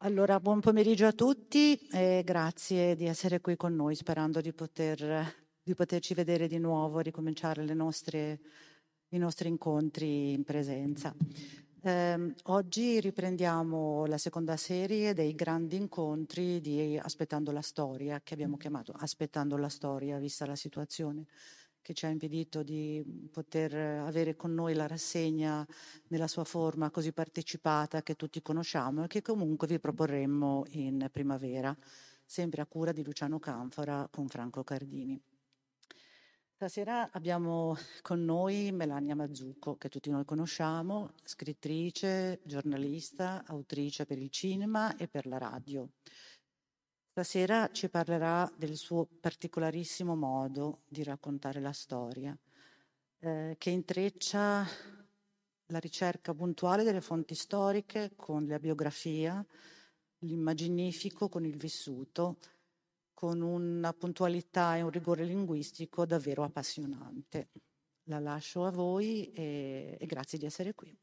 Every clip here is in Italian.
Allora, buon pomeriggio a tutti e grazie di essere qui con noi, sperando di poterci vedere di nuovo, ricominciare i nostri incontri in presenza. Oggi riprendiamo la seconda serie dei grandi incontri di Aspettando la Storia, che abbiamo chiamato Aspettando la Storia, vista la situazione che ci ha impedito di poter avere con noi la rassegna nella sua forma così partecipata che tutti conosciamo e che comunque vi proporremmo in primavera, sempre a cura di Luciano Canfora con Franco Cardini. Stasera abbiamo con noi Melania Mazzucco, che tutti noi conosciamo, scrittrice, giornalista, autrice per il cinema e per la radio. Stasera ci parlerà del suo particolarissimo modo di raccontare la storia, che intreccia la ricerca puntuale delle fonti storiche con la biografia, l'immaginifico con il vissuto, con una puntualità e un rigore linguistico davvero appassionante. La lascio a voi e grazie di essere qui.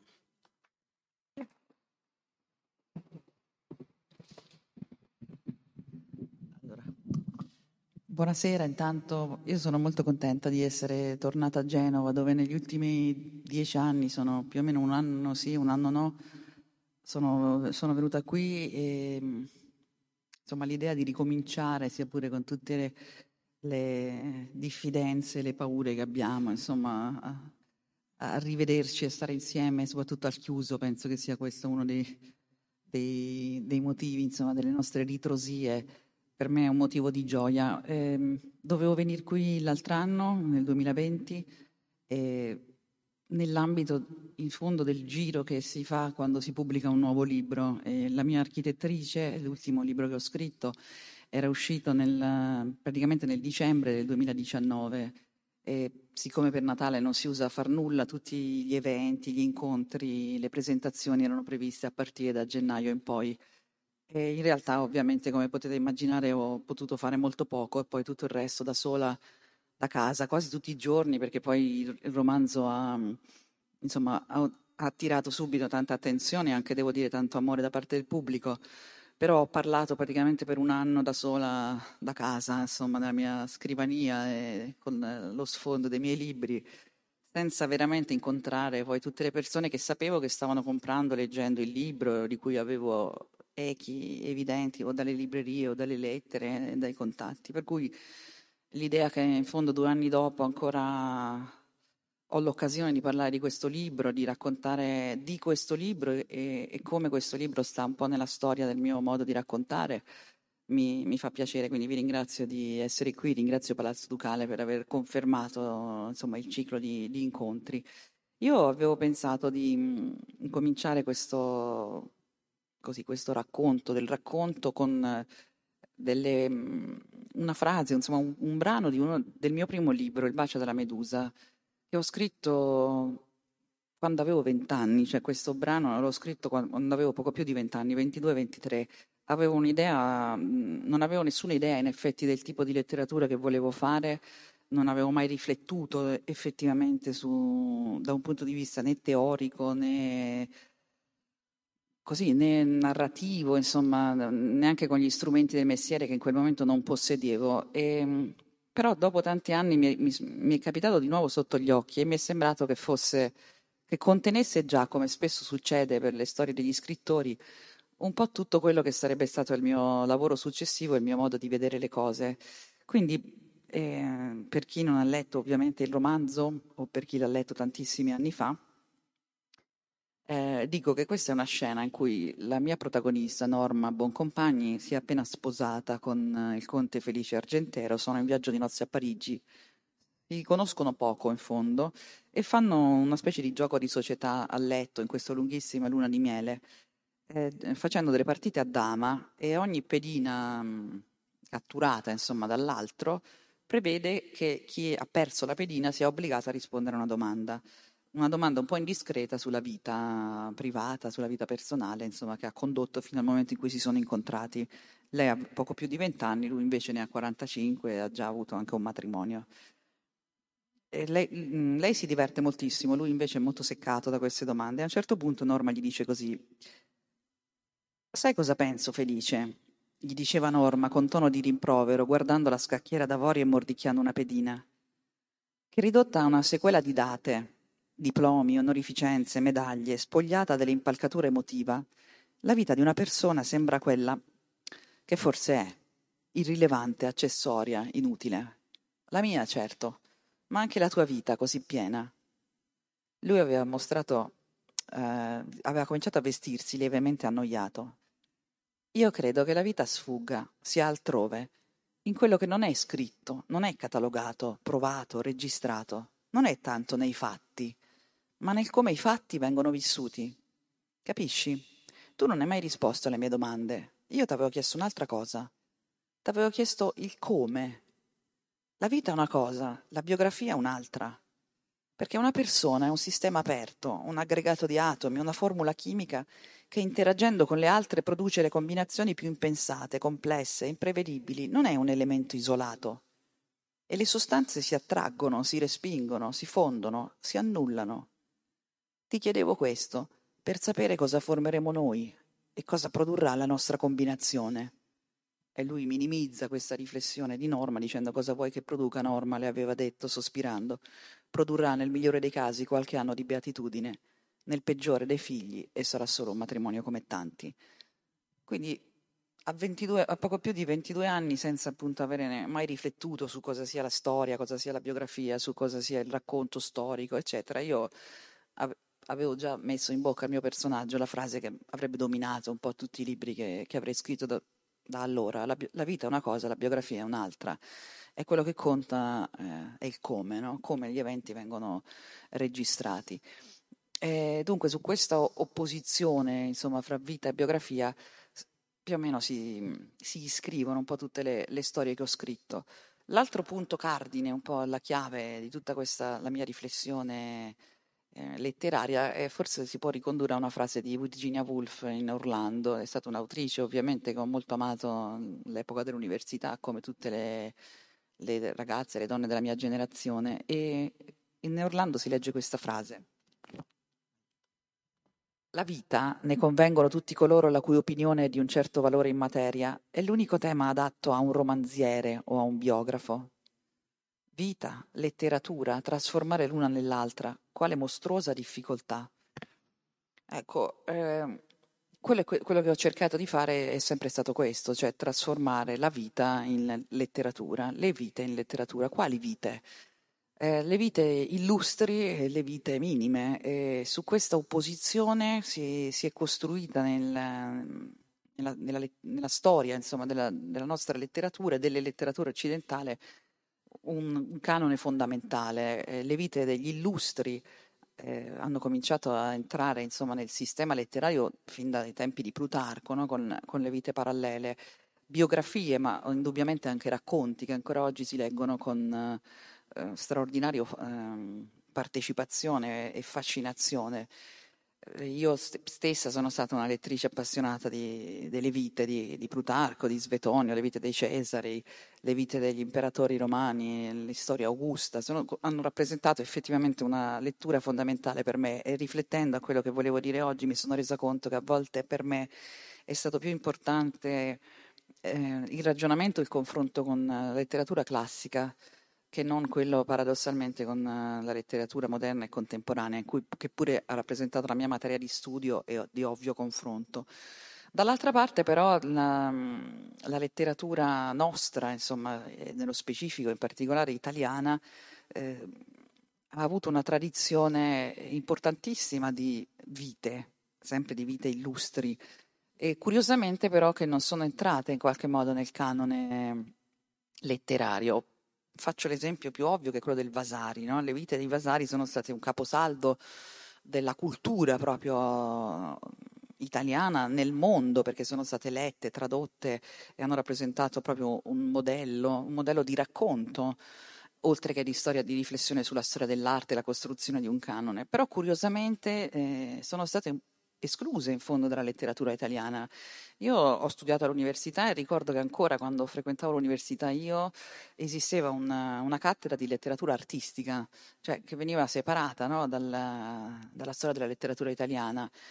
Buonasera, intanto io sono molto contenta di essere tornata a Genova, dove negli ultimi 10 anni, sono più o meno un anno sì, un anno no, sono venuta qui e insomma l'idea di ricominciare, sia pure con tutte le diffidenze, le paure che abbiamo, insomma, a rivederci e stare insieme, soprattutto al chiuso, penso che sia questo uno dei motivi, insomma, delle nostre ritrosie. Per me è un motivo di gioia. Dovevo venire qui l'altro anno, nel 2020, nell'ambito, in fondo, del giro che si fa quando si pubblica un nuovo libro. La mia architettrice, l'ultimo libro che ho scritto, era uscito praticamente nel dicembre del 2019. E siccome per Natale non si usa far nulla, tutti gli eventi, gli incontri, le presentazioni erano previste a partire da gennaio in poi. E in realtà, ovviamente, come potete immaginare, ho potuto fare molto poco e poi tutto il resto da sola, da casa, quasi tutti i giorni, perché poi il romanzo insomma, ha attirato subito tanta attenzione e anche, devo dire, tanto amore da parte del pubblico. Però ho parlato praticamente per un anno da sola, da casa, insomma, nella mia scrivania e con lo sfondo dei miei libri, senza veramente incontrare poi tutte le persone che sapevo che stavano comprando, leggendo il libro, di cui avevo echi evidenti o dalle librerie o dalle lettere, dai contatti. Per cui l'idea che in fondo 2 anni dopo ancora ho l'occasione di parlare di questo libro, di raccontare di questo libro e come questo libro sta un po' nella storia del mio modo di raccontare, mi fa piacere. Quindi vi ringrazio di essere qui, ringrazio Palazzo Ducale per aver confermato, insomma, il ciclo di incontri. Io avevo pensato di incominciare questo racconto, del racconto con una frase, insomma un brano del mio primo libro, Il bacio della Medusa, che ho scritto quando avevo 20 anni, cioè questo brano l'ho scritto quando avevo poco più di 20 anni, 22-23. Avevo un'idea, non avevo nessuna idea in effetti del tipo di letteratura che volevo fare, non avevo mai riflettuto effettivamente da un punto di vista né teorico né così, né narrativo, insomma, neanche con gli strumenti del mestiere che in quel momento non possedevo. Però dopo tanti anni mi è capitato di nuovo sotto gli occhi e mi è sembrato che contenesse già, come spesso succede per le storie degli scrittori, un po' tutto quello che sarebbe stato il mio lavoro successivo e il mio modo di vedere le cose. Quindi, per chi non ha letto ovviamente il romanzo, o per chi l'ha letto tantissimi anni fa, dico che questa è una scena in cui la mia protagonista, Norma Boncompagni, si è appena sposata con il conte Felice Argentero, sono in viaggio di nozze a Parigi, si conoscono poco in fondo e fanno una specie di gioco di società a letto in questa lunghissima luna di miele, facendo delle partite a dama e ogni pedina catturata, insomma, dall'altro prevede che chi ha perso la pedina sia obbligato a rispondere a una domanda un po' indiscreta sulla vita privata, sulla vita personale, insomma, che ha condotto fino al momento in cui si sono incontrati. Lei ha poco più di 20 anni, lui invece ne ha 45 e ha già avuto anche un matrimonio. E lei si diverte moltissimo, lui invece è molto seccato da queste domande. A un certo punto Norma gli dice così: Sai cosa penso, Felice? Gli diceva Norma con tono di rimprovero, guardando la scacchiera d'avorio e mordicchiando una pedina. Che ridotta a una sequela di date, diplomi, onorificenze, medaglie, spogliata dell'impalcatura emotiva, la vita di una persona sembra quella che forse è, irrilevante, accessoria, inutile. La mia, certo, ma anche la tua vita così piena. Lui aveva cominciato a vestirsi lievemente annoiato. Io credo che la vita sfugga, sia altrove, in quello che non è scritto, non è catalogato, provato, registrato, non è tanto nei fatti, ma nel come i fatti vengono vissuti. Capisci? Tu non hai mai risposto alle mie domande. Io ti avevo chiesto un'altra cosa. Ti avevo chiesto il come. La vita è una cosa, la biografia è un'altra. Perché una persona è un sistema aperto, un aggregato di atomi, una formula chimica che interagendo con le altre produce le combinazioni più impensate, complesse, imprevedibili. Non è un elemento isolato. E le sostanze si attraggono, si respingono, si fondono, si annullano. Ti chiedevo questo per sapere cosa formeremo noi e cosa produrrà la nostra combinazione. E lui minimizza questa riflessione di Norma dicendo: cosa vuoi che produca Norma? Le aveva detto sospirando. Produrrà nel migliore dei casi qualche anno di beatitudine, nel peggiore dei figli e sarà solo un matrimonio come tanti. Quindi a poco più di 22 anni, senza appunto avere mai riflettuto su cosa sia la storia, cosa sia la biografia, su cosa sia il racconto storico, eccetera, io avevo già messo in bocca al mio personaggio la frase che avrebbe dominato un po' tutti i libri che avrei scritto da allora. La vita è una cosa, la biografia è un'altra. E quello che conta è il come, no? Come gli eventi vengono registrati. E dunque su questa opposizione, insomma, fra vita e biografia, più o meno si iscrivono un po' tutte le storie che ho scritto. L'altro punto cardine, un po' la chiave di tutta questa, la mia riflessione letteraria, forse si può ricondurre a una frase di Virginia Woolf in Orlando. È stata un'autrice ovviamente che ho molto amato all'epoca dell'università, come tutte le ragazze, le donne della mia generazione, e in Orlando si legge questa frase. La vita, ne convengono tutti coloro la cui opinione è di un certo valore in materia, è l'unico tema adatto a un romanziere o a un biografo. Vita, letteratura, trasformare l'una nell'altra, quale mostruosa difficoltà. Ecco, quello che ho cercato di fare è sempre stato questo, cioè trasformare la vita in letteratura, le vite in letteratura. Quali vite? Le vite illustri e le vite minime. E su questa opposizione si è costruita nella storia, insomma, della nostra letteratura e delle letterature occidentali un canone fondamentale. Le vite degli illustri hanno cominciato a entrare, insomma, nel sistema letterario fin dai tempi di Plutarco, no? Con le vite parallele, biografie, ma indubbiamente anche racconti che ancora oggi si leggono con straordinaria partecipazione e fascinazione. Io stessa sono stata una lettrice appassionata delle vite di Plutarco, di Svetonio, le vite dei Cesari, le vite degli imperatori romani, le storie Augusta, hanno rappresentato effettivamente una lettura fondamentale per me, e riflettendo a quello che volevo dire oggi mi sono resa conto che a volte per me è stato più importante il ragionamento, il confronto con la letteratura classica, che non quello paradossalmente con la letteratura moderna e contemporanea, che pure ha rappresentato la mia materia di studio e di ovvio confronto. Dall'altra parte però la letteratura nostra, insomma, nello specifico in particolare italiana, ha avuto una tradizione importantissima di vite, sempre di vite illustri, e curiosamente però che non sono entrate in qualche modo nel canone letterario. Faccio l'esempio più ovvio che è quello del Vasari, no? Le vite dei Vasari sono state un caposaldo della cultura proprio italiana nel mondo, perché sono state lette, tradotte e hanno rappresentato proprio un modello di racconto, oltre che di storia, di riflessione sulla storia dell'arte e la costruzione di un canone. Però curiosamente sono state escluse in fondo dalla letteratura italiana. Io ho studiato all'università e ricordo che ancora quando frequentavo l'università io esisteva una cattedra di letteratura artistica, cioè che veniva separata, no, dalla storia della letteratura italiana.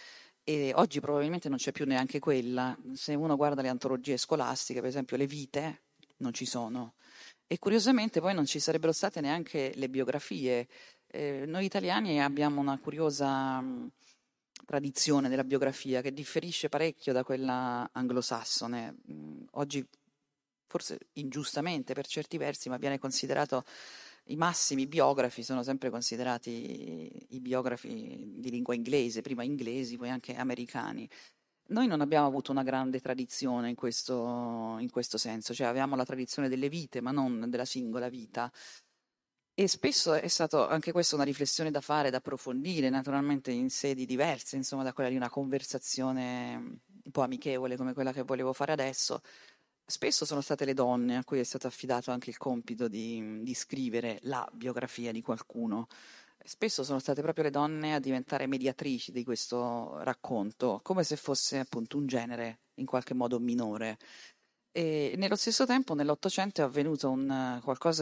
e oggi probabilmente non c'è più neanche quella. Se uno guarda le antologie scolastiche, per esempio le vite, non ci sono. E curiosamente poi non ci sarebbero state neanche le biografie. Noi italiani abbiamo una curiosa tradizione della biografia che differisce parecchio da quella anglosassone. Oggi, forse ingiustamente per certi versi, ma viene considerato i massimi biografi sono sempre considerati i biografi di lingua inglese, prima inglesi, poi anche americani. Noi non abbiamo avuto una grande tradizione in questo senso, cioè avevamo la tradizione delle vite, ma non della singola vita. E spesso è stato anche questa una riflessione da fare, da approfondire, naturalmente in sedi diverse, insomma, da quella di una conversazione un po' amichevole come quella che volevo fare adesso. Spesso sono state le donne a cui è stato affidato anche il compito di scrivere la biografia di qualcuno. Spesso sono state proprio le donne a diventare mediatrici di questo racconto, come se fosse appunto un genere in qualche modo minore. E nello stesso tempo, nell'Ottocento è avvenuto qualcosa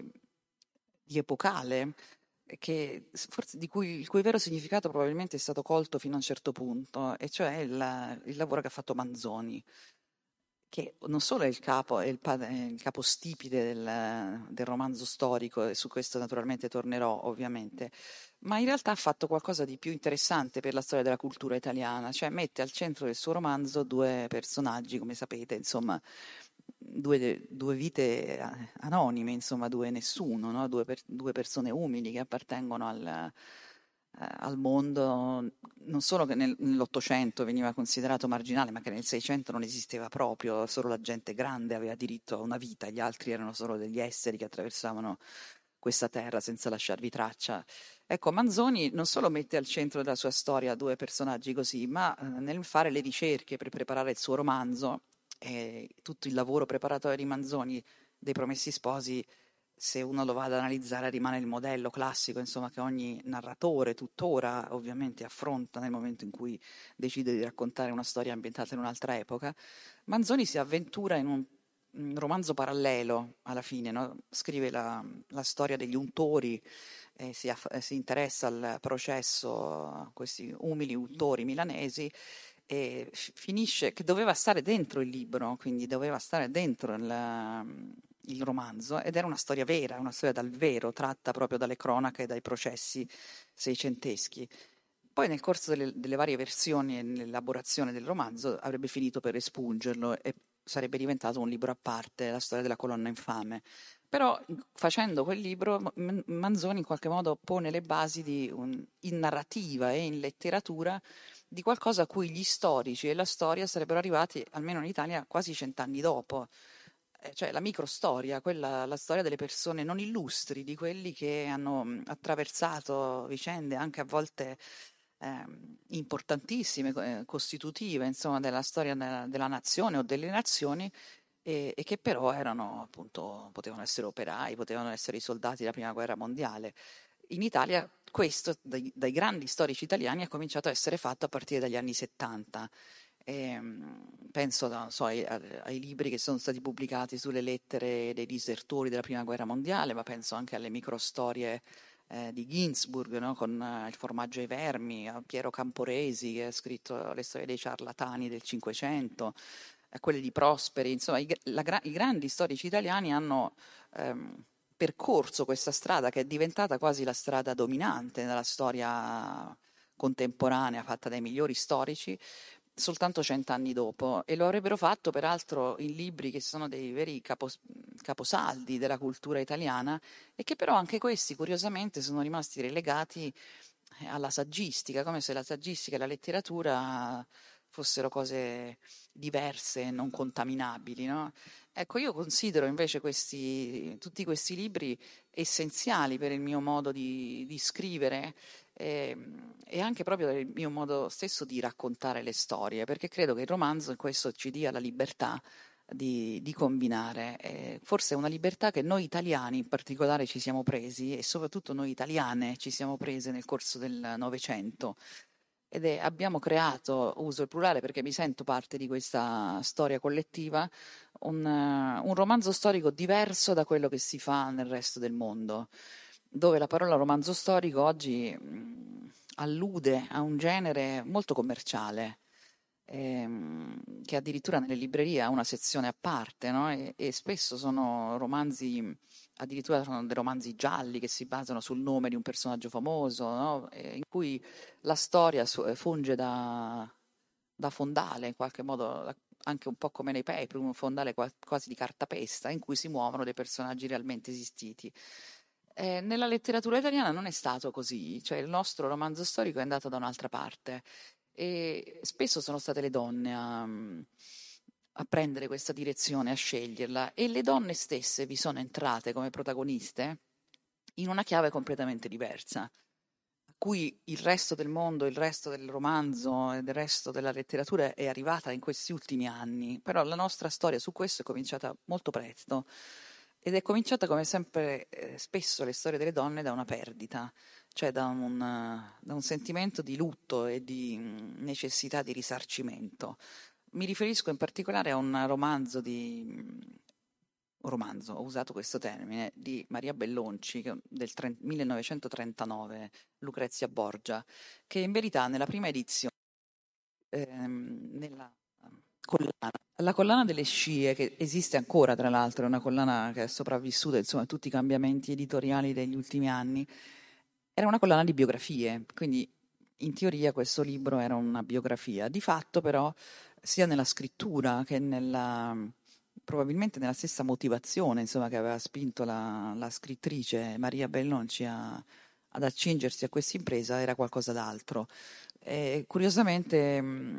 di epocale, forse il cui vero significato probabilmente è stato colto fino a un certo punto, e cioè il lavoro che ha fatto Manzoni, che non solo è il capostipite del romanzo storico, e su questo naturalmente tornerò ovviamente, ma in realtà ha fatto qualcosa di più interessante per la storia della cultura italiana, cioè mette al centro del suo romanzo due personaggi, come sapete, insomma, due vite anonime, insomma, due nessuno, no? Due persone umili che appartengono al mondo, non solo che nell'Ottocento veniva considerato marginale, ma che nel Seicento non esisteva proprio, solo la gente grande aveva diritto a una vita, gli altri erano solo degli esseri che attraversavano questa terra senza lasciarvi traccia. Ecco, Manzoni non solo mette al centro della sua storia due personaggi così, ma nel fare le ricerche per preparare il suo romanzo, tutto il lavoro preparatorio di Manzoni dei Promessi Sposi, se uno lo va ad analizzare, rimane il modello classico, insomma, che ogni narratore tuttora ovviamente affronta nel momento in cui decide di raccontare una storia ambientata in un'altra epoca. Manzoni si avventura in un romanzo parallelo alla fine, no? Scrive la storia degli untori, si interessa al processo a questi umili untori milanesi e finisce che doveva stare dentro il libro, quindi doveva stare dentro il romanzo, ed era una storia vera, una storia dal vero, tratta proprio dalle cronache e dai processi seicenteschi. Poi nel corso delle varie versioni e nell'elaborazione del romanzo avrebbe finito per espungерlo e sarebbe diventato un libro a parte, la storia della colonna infame. Però facendo quel libro Manzoni in qualche modo pone le basi in narrativa e in letteratura di qualcosa a cui gli storici e la storia sarebbero arrivati, almeno in Italia, quasi 100 anni dopo. Cioè la microstoria, la storia delle persone non illustri, di quelli che hanno attraversato vicende anche a volte importantissime, costitutive, insomma, della storia della nazione o delle nazioni, e che però erano appunto, potevano essere operai, potevano essere i soldati della prima guerra mondiale. In Italia questo, dai grandi storici italiani, è cominciato a essere fatto a partire dagli anni 70. Penso non so, ai libri che sono stati pubblicati sulle lettere dei disertori della prima guerra mondiale, ma penso anche alle microstorie di Ginsburg, no? Con il formaggio ai vermi, a Piero Camporesi che ha scritto le storie dei ciarlatani del Cinquecento, quelle di Prosperi, insomma i grandi storici italiani hanno percorso questa strada che è diventata quasi la strada dominante nella storia contemporanea fatta dai migliori storici soltanto 100 anni dopo, e lo avrebbero fatto peraltro in libri che sono dei veri caposaldi della cultura italiana, e che però anche questi curiosamente sono rimasti relegati alla saggistica, come se la saggistica e la letteratura fossero cose diverse, non contaminabili, no? Ecco, io considero invece tutti questi libri essenziali per il mio modo di scrivere, e anche proprio del mio modo stesso di raccontare le storie, perché credo che il romanzo in questo ci dia la libertà di combinare, forse è una libertà che noi italiani in particolare ci siamo presi, e soprattutto noi italiane ci siamo prese nel corso del Novecento, abbiamo creato, uso il plurale perché mi sento parte di questa storia collettiva, un romanzo storico diverso da quello che si fa nel resto del mondo, dove la parola romanzo storico oggi allude a un genere molto commerciale, che addirittura nelle librerie ha una sezione a parte, no? E spesso sono romanzi, addirittura sono dei romanzi gialli che si basano sul nome di un personaggio famoso, no? In cui la storia funge da fondale, in qualche modo, anche un po' come nei paper, un fondale quasi di cartapesta, in cui si muovono dei personaggi realmente esistiti. Nella letteratura italiana non è stato così, cioè il nostro romanzo storico è andato da un'altra parte e spesso sono state le donne a prendere questa direzione, a sceglierla, e le donne stesse vi sono entrate come protagoniste in una chiave completamente diversa, a cui il resto del mondo, il resto del romanzo e del resto della letteratura è arrivata in questi ultimi anni, però la nostra storia su questo è cominciata molto presto. Ed è cominciata, come sempre, spesso le storie delle donne, da una perdita, cioè da un sentimento di lutto e di necessità di risarcimento. Mi riferisco in particolare a un romanzo, ho usato questo termine, di Maria Bellonci, del 1939, Lucrezia Borgia, che in verità nella prima edizione, nella collana, la collana delle scie, che esiste ancora tra l'altro, è una collana che è sopravvissuta insomma a tutti i cambiamenti editoriali degli ultimi anni, era una collana di biografie, quindi in teoria questo libro era una biografia. Di fatto però, sia nella scrittura che probabilmente nella stessa motivazione insomma, che aveva spinto la scrittrice Maria Bellonci ad accingersi a questa impresa, era qualcosa d'altro. Curiosamente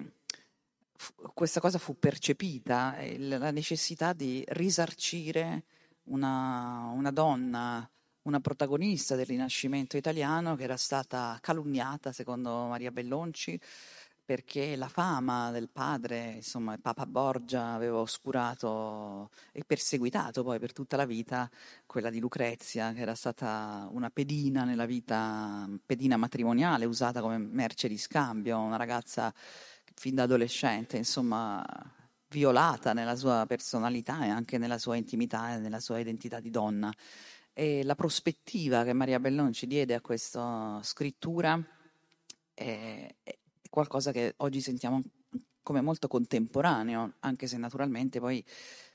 questa cosa fu percepita, la necessità di risarcire una donna, una protagonista del Rinascimento italiano che era stata calunniata, secondo Maria Bellonci, perché la fama del padre, insomma, il Papa Borgia, aveva oscurato e perseguitato poi per tutta la vita quella di Lucrezia, che era stata una pedina nella vita, pedina matrimoniale, usata come merce di scambio, una ragazza fin da adolescente, insomma, violata nella sua personalità e anche nella sua intimità e nella sua identità di donna. E la prospettiva che Maria Bellonci diede a questa scrittura è qualcosa che oggi sentiamo come molto contemporaneo, anche se naturalmente poi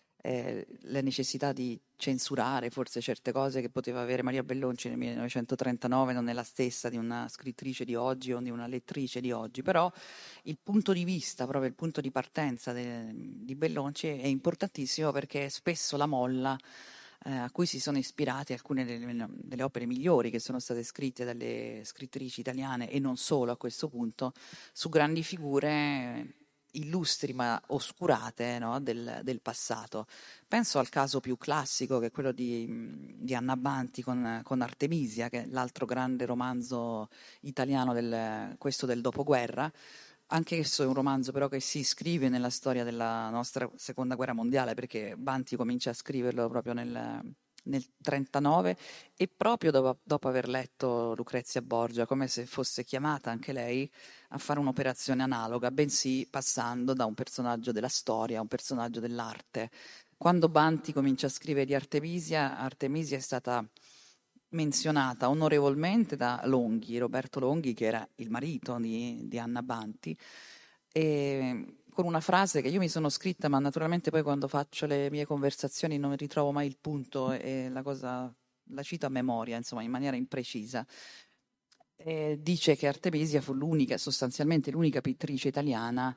la necessità di censurare forse certe cose che poteva avere Maria Bellonci nel 1939 non è la stessa di una scrittrice di oggi o di una lettrice di oggi, però il punto di vista, proprio il punto di partenza di Bellonci è importantissimo perché spesso la molla a cui si sono ispirate alcune delle opere migliori che sono state scritte dalle scrittrici italiane e non solo a questo punto, su grandi figure illustri ma oscurate, no, del passato. Penso al caso più classico che è quello di Anna Banti con Artemisia, che è l'altro grande romanzo italiano, questo del dopoguerra. Anche esso è un romanzo però che si iscrive nella storia della nostra seconda guerra mondiale, perché Banti comincia a scriverlo proprio nel 39 e proprio dopo aver letto Lucrezia Borgia, come se fosse chiamata anche lei a fare un'operazione analoga, bensì passando da un personaggio della storia a un personaggio dell'arte. Quando Banti comincia a scrivere di Artemisia, Artemisia è stata menzionata onorevolmente da Longhi, Roberto Longhi, che era il marito di Anna Banti, e con una frase che io mi sono scritta, ma naturalmente poi quando faccio le mie conversazioni non ritrovo mai il punto e la cito a memoria, insomma, in maniera imprecisa. Dice che Artemisia fu sostanzialmente l'unica pittrice italiana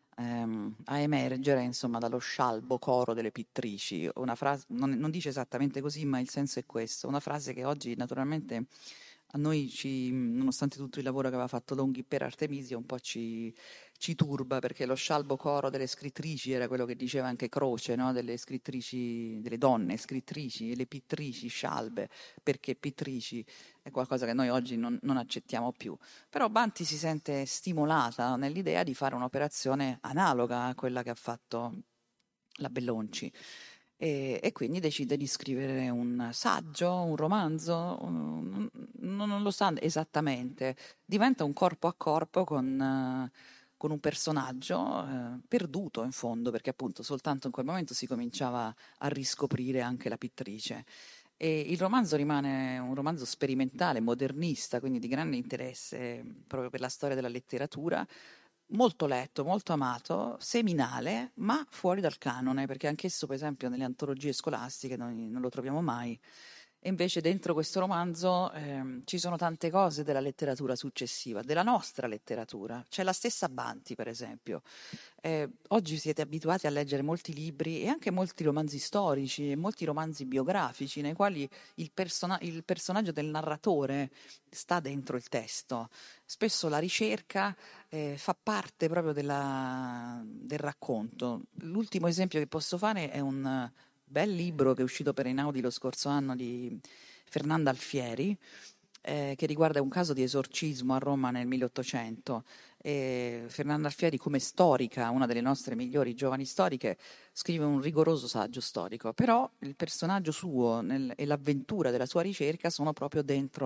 a emergere, insomma, dallo scialbo coro delle pittrici. Una frase, non dice esattamente così, ma il senso è questo. Una frase che oggi naturalmente a noi, nonostante tutto il lavoro che aveva fatto Longhi per Artemisia, un po' ci turba, perché lo scialbo coro delle scrittrici era quello che diceva anche Croce, no? Delle scrittrici, delle donne scrittrici, e le pittrici, scialbe, perché pittrici è qualcosa che noi oggi non accettiamo più. Però Banti si sente stimolata nell'idea di fare un'operazione analoga a quella che ha fatto la Bellonci. E quindi decide di scrivere un saggio, un romanzo, non lo sa esattamente, diventa un corpo a corpo con un personaggio perduto in fondo, perché appunto soltanto in quel momento si cominciava a riscoprire anche la pittrice. E il romanzo rimane un romanzo sperimentale, modernista, quindi di grande interesse proprio per la storia della letteratura, molto letto, molto amato, seminale, ma fuori dal canone, perché anch'esso, per esempio, nelle antologie scolastiche noi non lo troviamo mai. E invece dentro questo romanzo ci sono tante cose della letteratura successiva, della nostra letteratura. C'è la stessa Banti, per esempio. Oggi siete abituati a leggere molti libri e anche molti romanzi storici e molti romanzi biografici nei quali il personaggio del narratore sta dentro il testo. Spesso la ricerca fa parte proprio del racconto. L'ultimo esempio che posso fare è un bel libro che è uscito per Einaudi lo scorso anno di Fernanda Alfieri, che riguarda un caso di esorcismo a Roma nel 1800. Fernanda Alfieri, come storica, una delle nostre migliori giovani storiche, scrive un rigoroso saggio storico, però il personaggio suo e l'avventura della sua ricerca sono proprio dentro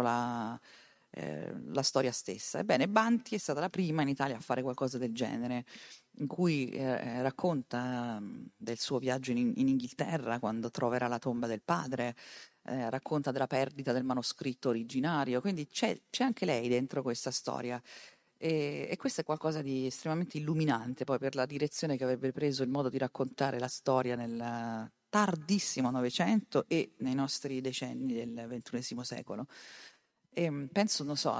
la storia stessa. Ebbene, Banti è stata la prima in Italia a fare qualcosa del genere, in cui racconta del suo viaggio in Inghilterra quando troverà la tomba del padre, racconta della perdita del manoscritto originario, quindi c'è anche lei dentro questa storia. E questo è qualcosa di estremamente illuminante poi per la direzione che avrebbe preso il modo di raccontare la storia nel tardissimo Novecento e nei nostri decenni del XXI secolo. E penso, non so,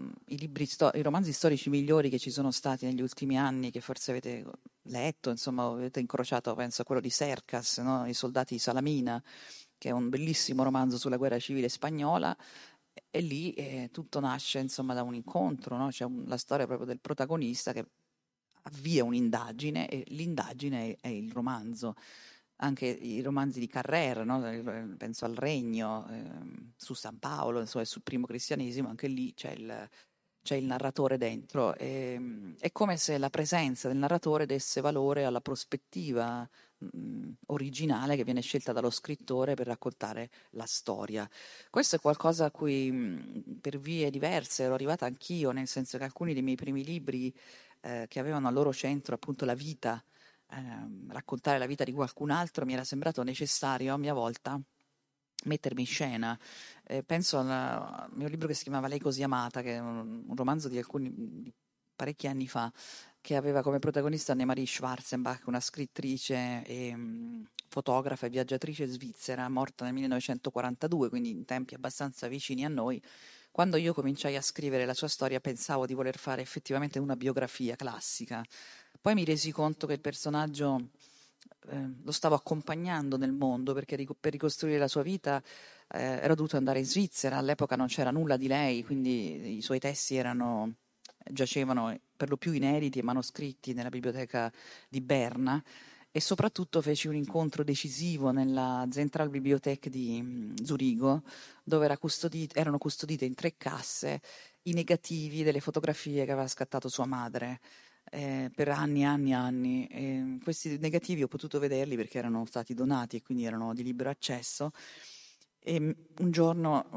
i romanzi storici migliori che ci sono stati negli ultimi anni, che forse avete letto, insomma, avete incrociato, penso a quello di Cercas, no? I soldati di Salamina, che è un bellissimo romanzo sulla guerra civile spagnola, e lì tutto nasce, insomma, da un incontro, no? C'è la storia proprio del protagonista che avvia un'indagine e l'indagine è il romanzo. Anche i romanzi di Carrère, no? Penso al Regno, su San Paolo, insomma, sul primo cristianesimo, anche lì c'è il narratore dentro. È come se la presenza del narratore desse valore alla prospettiva originale che viene scelta dallo scrittore per raccontare la storia. Questo è qualcosa a cui per vie diverse ero arrivata anch'io, nel senso che alcuni dei miei primi libri che avevano al loro centro appunto la vita, raccontare la vita di qualcun altro, mi era sembrato necessario a mia volta mettermi in scena. Penso al mio libro che si chiamava Lei così amata, che è un romanzo di parecchi anni fa, che aveva come protagonista Annemarie Schwarzenbach, una scrittrice e fotografa e viaggiatrice svizzera, morta nel 1942, quindi in tempi abbastanza vicini a noi. Quando io cominciai a scrivere la sua storia pensavo di voler fare effettivamente una biografia classica. Poi mi resi conto che il personaggio lo stavo accompagnando nel mondo perché per ricostruire la sua vita ero dovuto andare in Svizzera, all'epoca non c'era nulla di lei, quindi i suoi testi giacevano per lo più inediti e manoscritti nella biblioteca di Berna e soprattutto feci un incontro decisivo nella Zentralbibliothek di Zurigo, dove erano custodite in 3 casse i negativi delle fotografie che aveva scattato sua madre per anni e anni e anni. E questi negativi ho potuto vederli perché erano stati donati e quindi erano di libero accesso. E un giorno,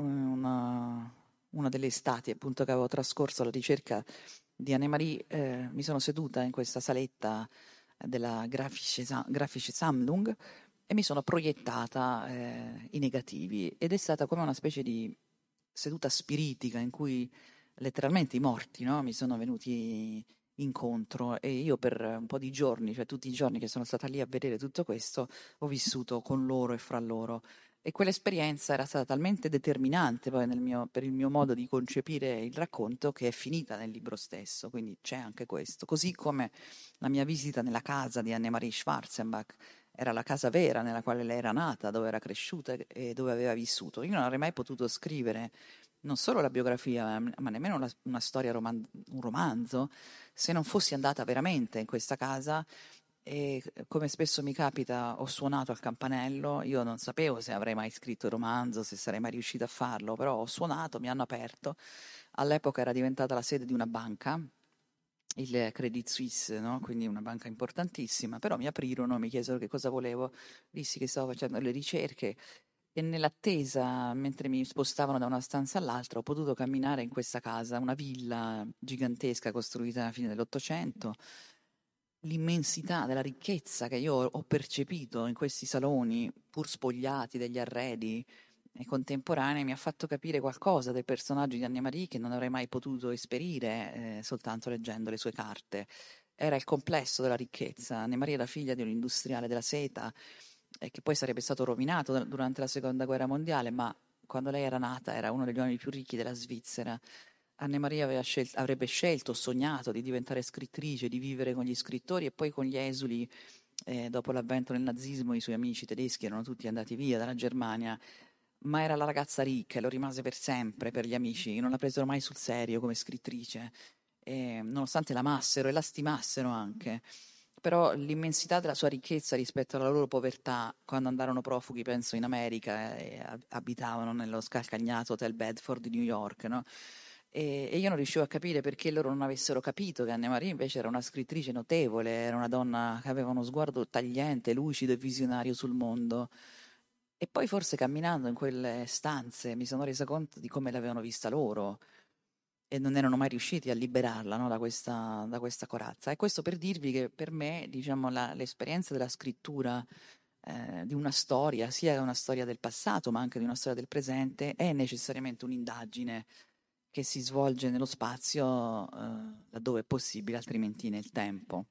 una delle estati appunto che avevo trascorso alla ricerca di Annemarie, mi sono seduta in questa saletta della Grafische Sammlung e mi sono proiettata i negativi ed è stata come una specie di seduta spiritica in cui letteralmente i morti, no, mi sono venuti incontro e io per un po' di giorni, cioè tutti i giorni che sono stata lì a vedere tutto questo, ho vissuto con loro e fra loro. E quell'esperienza era stata talmente determinante poi per il mio modo di concepire il racconto che è finita nel libro stesso, quindi c'è anche questo. Così come la mia visita nella casa di Annemarie Schwarzenbach era la casa vera nella quale lei era nata, dove era cresciuta e dove aveva vissuto. Io non avrei mai potuto scrivere non solo la biografia, ma nemmeno una storia, un romanzo, se non fossi andata veramente in questa casa e come spesso mi capita ho suonato al campanello, io non sapevo se avrei mai scritto il romanzo, se sarei mai riuscita a farlo, però ho suonato, mi hanno aperto, all'epoca era diventata la sede di una banca, il Credit Suisse, no? Quindi una banca importantissima, però mi aprirono, mi chiesero che cosa volevo, dissi che stavo facendo le ricerche e nell'attesa, mentre mi spostavano da una stanza all'altra, ho potuto camminare in questa casa, una villa gigantesca costruita alla fine dell'Ottocento. L'immensità della ricchezza che io ho percepito in questi saloni, pur spogliati degli arredi, e contemporanee mi ha fatto capire qualcosa del personaggio di Anne-Marie che non avrei mai potuto esperire soltanto leggendo le sue carte. Era il complesso della ricchezza. Anne-Marie era figlia di un industriale della seta che poi sarebbe stato rovinato durante la seconda guerra mondiale, ma quando lei era nata era uno degli uomini più ricchi della Svizzera. Anne-Marie avrebbe scelto, sognato di diventare scrittrice, di vivere con gli scrittori e poi con gli esuli. Dopo l'avvento del nazismo i suoi amici tedeschi erano tutti andati via dalla Germania, ma era la ragazza ricca e lo rimase per sempre per gli amici, non la presero mai sul serio come scrittrice, nonostante l'amassero e la stimassero anche. Però l'immensità della sua ricchezza rispetto alla loro povertà, quando andarono profughi, penso in America, e abitavano nello scalcagnato Hotel Bedford di New York, no? E io non riuscivo a capire perché loro non avessero capito che Anne-Marie invece era una scrittrice notevole, era una donna che aveva uno sguardo tagliente, lucido e visionario sul mondo. E poi forse camminando in quelle stanze mi sono resa conto di come l'avevano vista loro e non erano mai riusciti a liberarla, no, da questa corazza. E questo per dirvi che per me, diciamo, l'esperienza della scrittura di una storia, sia una storia del passato ma anche di una storia del presente, è necessariamente un'indagine che si svolge nello spazio laddove è possibile, altrimenti nel tempo.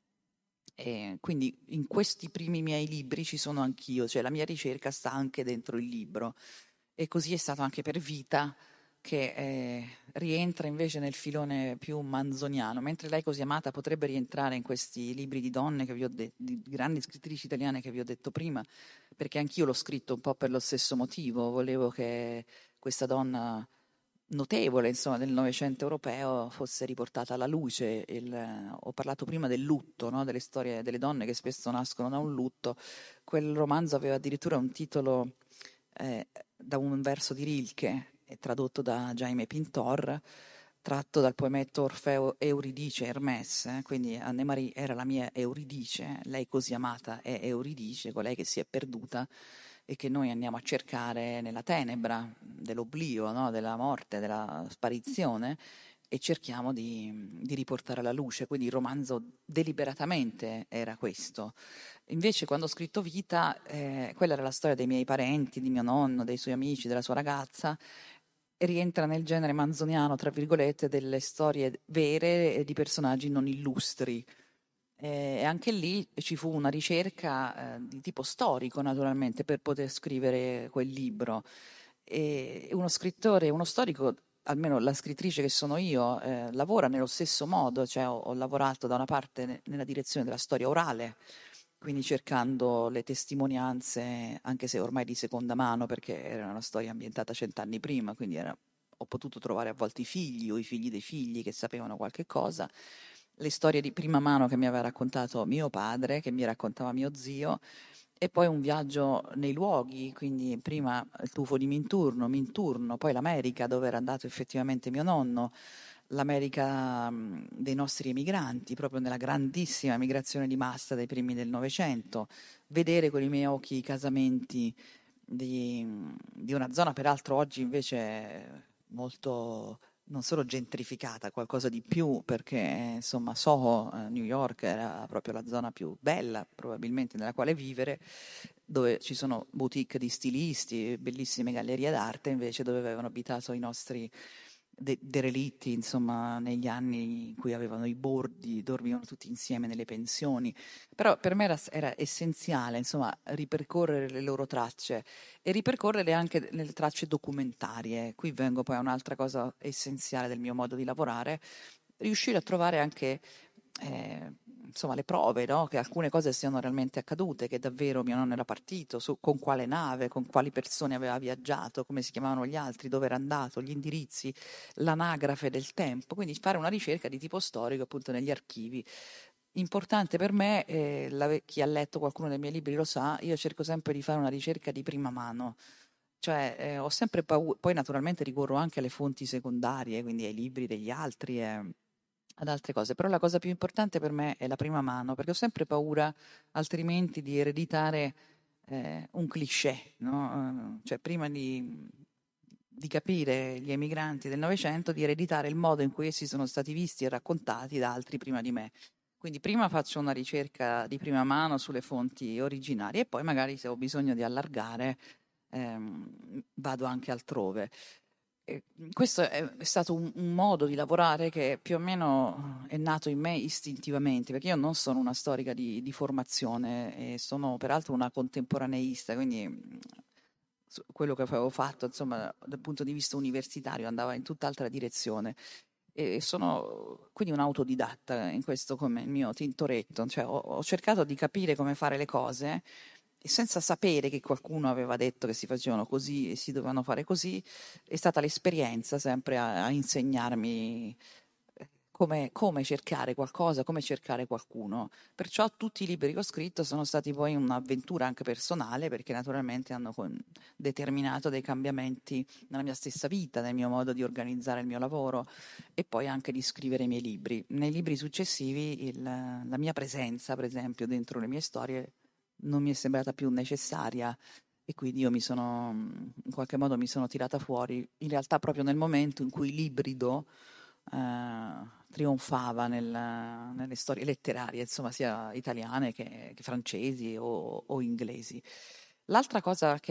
E quindi in questi primi miei libri ci sono anch'io, cioè la mia ricerca sta anche dentro il libro. E così è stato anche per Vita, che rientra invece nel filone più manzoniano, mentre Lei così amata potrebbe rientrare in questi libri di donne che vi ho di grandi scrittrici italiane che vi ho detto prima, perché anch'io l'ho scritto un po' per lo stesso motivo, volevo che questa donna notevole, insomma, del Novecento europeo fosse riportata alla luce. Ho parlato prima del lutto, no? Delle storie delle donne che spesso nascono da un lutto. Quel romanzo aveva addirittura un titolo da un verso di Rilke, tradotto da Jaime Pintor, tratto dal poemetto Orfeo Euridice Hermès, quindi Anne-Marie era la mia Euridice, lei così amata è Euridice, colei che si è perduta e che noi andiamo a cercare nella tenebra dell'oblio, no? Della morte, della sparizione, e cerchiamo di riportare alla luce. Quindi il romanzo deliberatamente era questo. Invece quando ho scritto Vita, quella era la storia dei miei parenti, di mio nonno, dei suoi amici, della sua ragazza, e rientra nel genere manzoniano, tra virgolette, delle storie vere di personaggi non illustri. E anche lì ci fu una ricerca di tipo storico, naturalmente, per poter scrivere quel libro. E uno scrittore, uno storico, almeno la scrittrice che sono io, lavora nello stesso modo, cioè ho lavorato da una parte nella direzione della storia orale, quindi cercando le testimonianze, anche se ormai di seconda mano, perché era una storia ambientata 100 anni prima, quindi ho potuto trovare a volte i figli o i figli dei figli che sapevano qualche cosa, le storie di prima mano che mi aveva raccontato mio padre, che mi raccontava mio zio, e poi un viaggio nei luoghi, quindi prima il tufo di Minturno, poi l'America dove era andato effettivamente mio nonno, l'America dei nostri emigranti, proprio nella grandissima migrazione di massa dei primi del Novecento, vedere con i miei occhi i casamenti di una zona peraltro oggi invece molto non solo gentrificata, qualcosa di più, perché insomma Soho, New York, era proprio la zona più bella probabilmente nella quale vivere, dove ci sono boutique di stilisti, bellissime gallerie d'arte, invece dove avevano abitato i nostri derelitti, insomma, negli anni in cui avevano i bordi, dormivano tutti insieme nelle pensioni. Però per me era essenziale, insomma, ripercorrere le loro tracce e ripercorrere anche nelle tracce documentarie. Qui vengo poi a un'altra cosa essenziale del mio modo di lavorare, riuscire a trovare anche eh, insomma, le prove, no? Che alcune cose siano realmente accadute, che davvero mio nonno era partito, con quale nave, con quali persone aveva viaggiato, come si chiamavano gli altri, dove era andato, gli indirizzi, l'anagrafe del tempo. Quindi fare una ricerca di tipo storico appunto negli archivi. Importante per me, chi ha letto qualcuno dei miei libri lo sa, io cerco sempre di fare una ricerca di prima mano. Cioè, ho sempre paura, poi naturalmente ricorro anche alle fonti secondarie, quindi ai libri degli altri e ad altre cose, però la cosa più importante per me è la prima mano, perché ho sempre paura altrimenti di ereditare un cliché, no? Cioè, prima di capire gli emigranti del Novecento, di ereditare il modo in cui essi sono stati visti e raccontati da altri prima di me. Quindi prima faccio una ricerca di prima mano sulle fonti originarie e poi magari se ho bisogno di allargare vado anche altrove. Questo è stato un modo di lavorare che più o meno è nato in me istintivamente, perché io non sono una storica di formazione e sono peraltro una contemporaneista, quindi quello che avevo fatto, insomma, dal punto di vista universitario andava in tutt'altra direzione. E sono quindi un autodidatta in questo come il mio Tintoretto, cioè ho cercato di capire come fare le cose e senza sapere che qualcuno aveva detto che si facevano così e si dovevano fare così, è stata l'esperienza sempre a insegnarmi come cercare qualcosa, come cercare qualcuno. Perciò tutti i libri che ho scritto sono stati poi un'avventura anche personale, perché naturalmente hanno determinato dei cambiamenti nella mia stessa vita, nel mio modo di organizzare il mio lavoro e poi anche di scrivere i miei libri. Nei libri successivi la mia presenza, per esempio, dentro le mie storie non mi è sembrata più necessaria e quindi io in qualche modo mi sono tirata fuori, in realtà proprio nel momento in cui l'ibrido trionfava nelle storie letterarie, insomma, sia italiane che francesi o inglesi. L'altra cosa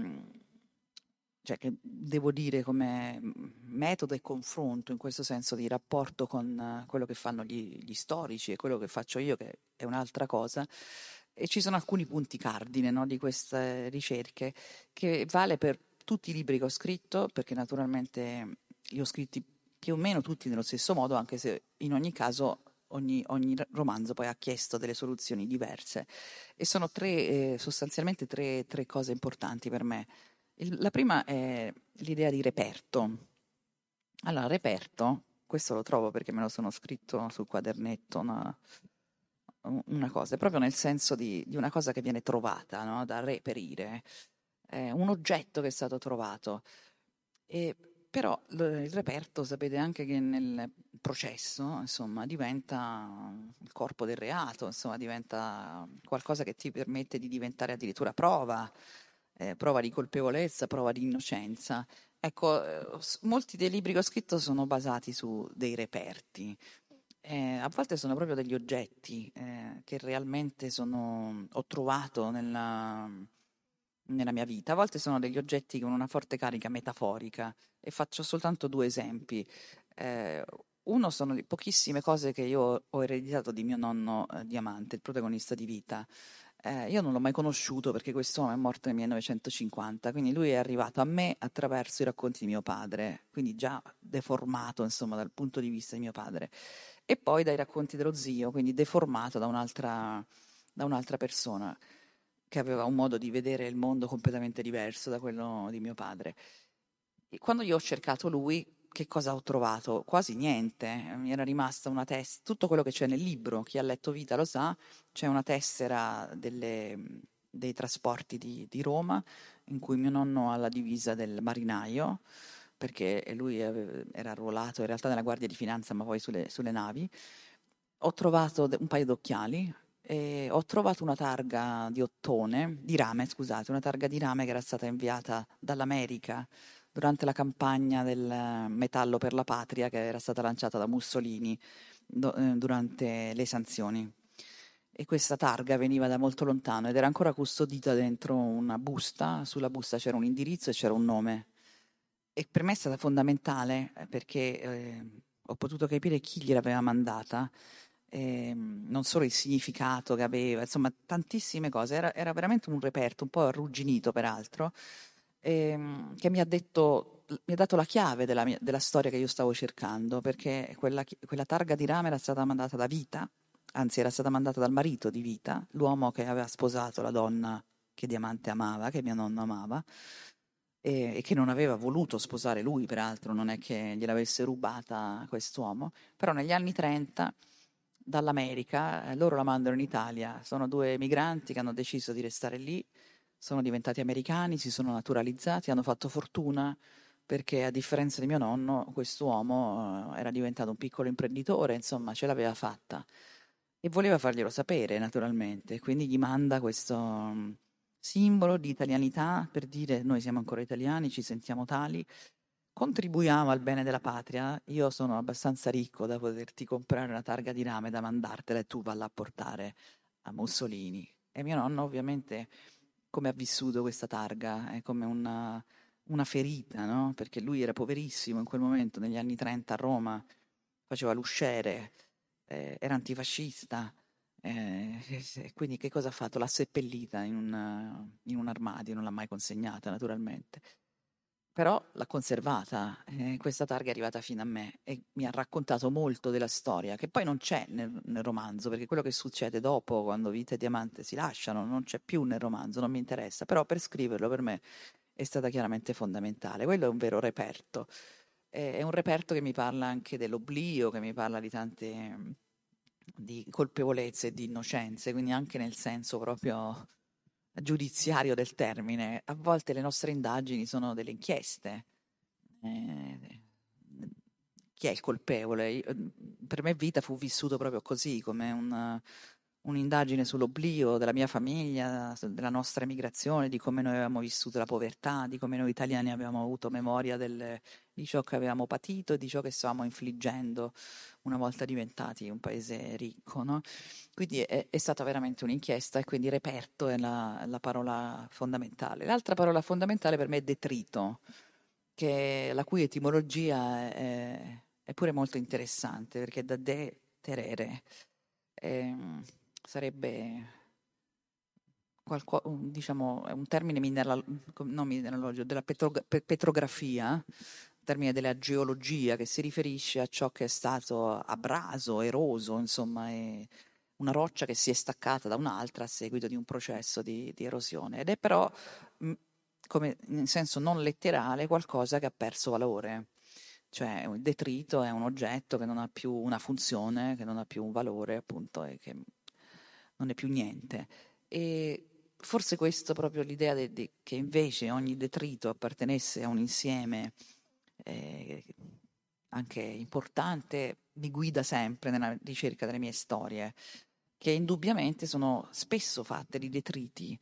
cioè che devo dire come metodo e confronto in questo senso di rapporto con quello che fanno gli storici e quello che faccio io, che è un'altra cosa, e ci sono alcuni punti cardine, no, di queste ricerche che vale per tutti i libri che ho scritto, perché naturalmente li ho scritti più o meno tutti nello stesso modo, anche se in ogni caso ogni romanzo poi ha chiesto delle soluzioni diverse. E sono sostanzialmente tre cose importanti per me. La prima è l'idea di reperto. Allora, reperto, questo lo trovo perché me lo sono scritto sul quadernetto, una cosa, è proprio nel senso di una cosa che viene trovata, no? Da reperire, un oggetto che è stato trovato. E, però il reperto sapete anche che nel processo, insomma, diventa il corpo del reato, insomma, diventa qualcosa che ti permette di diventare addirittura prova di colpevolezza, prova di innocenza. Ecco, molti dei libri che ho scritto sono basati su dei reperti. A volte sono proprio degli oggetti che realmente ho trovato nella mia vita. A volte sono degli oggetti con una forte carica metaforica e faccio soltanto due esempi. Eh, Uno sono le pochissime cose che io ho ereditato di mio nonno Diamante, il protagonista di Vita. Io non l'ho mai conosciuto perché quest'uomo è morto nel 1950, quindi lui è arrivato a me attraverso i racconti di mio padre, quindi già deformato, insomma, dal punto di vista di mio padre, e poi dai racconti dello zio, quindi deformato da un'altra persona che aveva un modo di vedere il mondo completamente diverso da quello di mio padre. E quando io ho cercato lui, che cosa ho trovato? Quasi niente. Mi era rimasta una tessera, tutto quello che c'è nel libro, chi ha letto Vita lo sa, c'è una tessera dei trasporti di Roma, in cui mio nonno ha la divisa del marinaio, perché lui era arruolato in realtà nella Guardia di Finanza, ma poi sulle navi. Ho trovato un paio d'occhiali e ho trovato una targa di rame, scusate, una targa di rame che era stata inviata dall'America durante la campagna del metallo per la patria che era stata lanciata da Mussolini durante le sanzioni. E questa targa veniva da molto lontano ed era ancora custodita dentro una busta, sulla busta c'era un indirizzo e c'era un nome. E per me è stata fondamentale perché ho potuto capire chi gliel'aveva mandata, non solo il significato che aveva, insomma tantissime cose. Era veramente un reperto, un po' arrugginito peraltro, che mi ha dato la chiave della storia che io stavo cercando, perché quella targa di rame era stata mandata da Vita, anzi era stata mandata dal marito di Vita, l'uomo che aveva sposato la donna che Diamante amava, che mio nonno amava, e che non aveva voluto sposare lui, peraltro, non è che gliel'avesse rubata quest'uomo, però negli anni 30 dall'America loro la mandano in Italia, sono due migranti che hanno deciso di restare lì, sono diventati americani, si sono naturalizzati, hanno fatto fortuna perché a differenza di mio nonno quest'uomo era diventato un piccolo imprenditore, insomma ce l'aveva fatta e voleva farglielo sapere naturalmente, quindi gli manda questo simbolo di italianità per dire noi siamo ancora italiani, ci sentiamo tali, contribuiamo al bene della patria, io sono abbastanza ricco da poterti comprare una targa di rame da mandartela e tu valla a portare a Mussolini. E mio nonno ovviamente come ha vissuto questa targa, è come una ferita, no? Perché lui era poverissimo in quel momento, negli anni 30 a Roma, faceva l'usciere, era antifascista, e quindi che cosa ha fatto? L'ha seppellita in un armadio, non l'ha mai consegnata naturalmente. Però l'ha conservata, questa targa è arrivata fino a me e mi ha raccontato molto della storia, che poi non c'è nel romanzo, perché quello che succede dopo, quando Vita e Diamante si lasciano, non c'è più nel romanzo, non mi interessa, però per scriverlo per me è stata chiaramente fondamentale. Quello è un vero reperto, è un reperto che mi parla anche dell'oblio, che mi parla di tante di colpevolezze e di innocenze, quindi anche nel senso proprio giudiziario del termine. A volte le nostre indagini sono delle inchieste. Eh, chi è il colpevole? Per me Vita fu vissuto proprio così, come un'indagine sull'oblio della mia famiglia, della nostra emigrazione, di come noi avevamo vissuto la povertà, di come noi italiani abbiamo avuto memoria di ciò che avevamo patito e di ciò che stavamo infliggendo una volta diventati un paese ricco, no? Quindi è stata veramente un'inchiesta e quindi reperto è la parola fondamentale. L'altra parola fondamentale per me è detrito, la cui etimologia è pure molto interessante, perché da deterere sarebbe diciamo, è un termine non mineralogico, della petrografia, un termine della geologia che si riferisce a ciò che è stato abraso, eroso, insomma, è una roccia che si è staccata da un'altra a seguito di un processo di erosione. Ed è però, come in senso non letterale, qualcosa che ha perso valore. Cioè, il detrito è un oggetto che non ha più una funzione, che non ha più un valore, appunto, e che non è più niente. E forse questo proprio l'idea che invece ogni detrito appartenesse a un insieme eh, anche importante mi guida sempre nella ricerca delle mie storie, che indubbiamente sono spesso fatte di detriti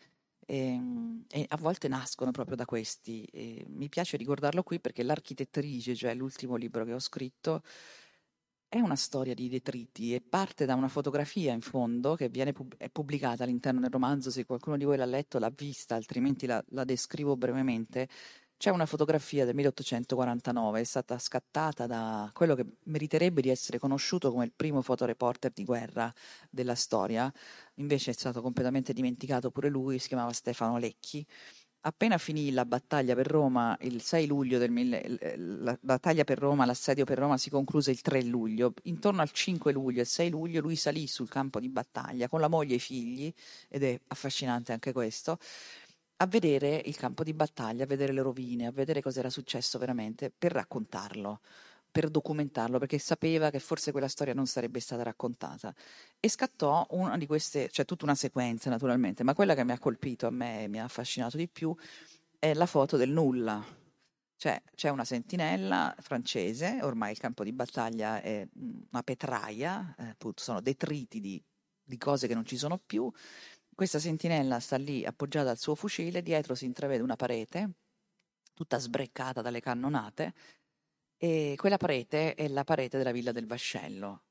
e a volte nascono proprio da questi. E mi piace ricordarlo qui perché L'architettrice, cioè l'ultimo libro che ho scritto, è una storia di detriti e parte da una fotografia in fondo che è pubblicata all'interno del romanzo. Se qualcuno di voi l'ha letto, l'ha vista, altrimenti la descrivo brevemente. C'è una fotografia del 1849, è stata scattata da quello che meriterebbe di essere conosciuto come il primo fotoreporter di guerra della storia, invece è stato completamente dimenticato pure lui, si chiamava Stefano Lecchi. Appena finì la battaglia per Roma, il 6 luglio la battaglia per Roma, l'assedio per Roma si concluse il 3 luglio. Intorno al 5 luglio e 6 luglio lui salì sul campo di battaglia con la moglie e i figli, ed è affascinante anche questo, a vedere il campo di battaglia, a vedere le rovine, a vedere cosa era successo veramente, per raccontarlo, per documentarlo, perché sapeva che forse quella storia non sarebbe stata raccontata. E scattò una di queste, cioè tutta una sequenza naturalmente, ma quella che mi ha colpito a me e mi ha affascinato di più è la foto del nulla. Cioè c'è una sentinella francese, ormai il campo di battaglia è una petraia, appunto sono detriti di cose che non ci sono più. Questa sentinella sta lì appoggiata al suo fucile, dietro si intravede una parete, tutta sbreccata dalle cannonate, e quella parete è la parete della Villa del Vascello.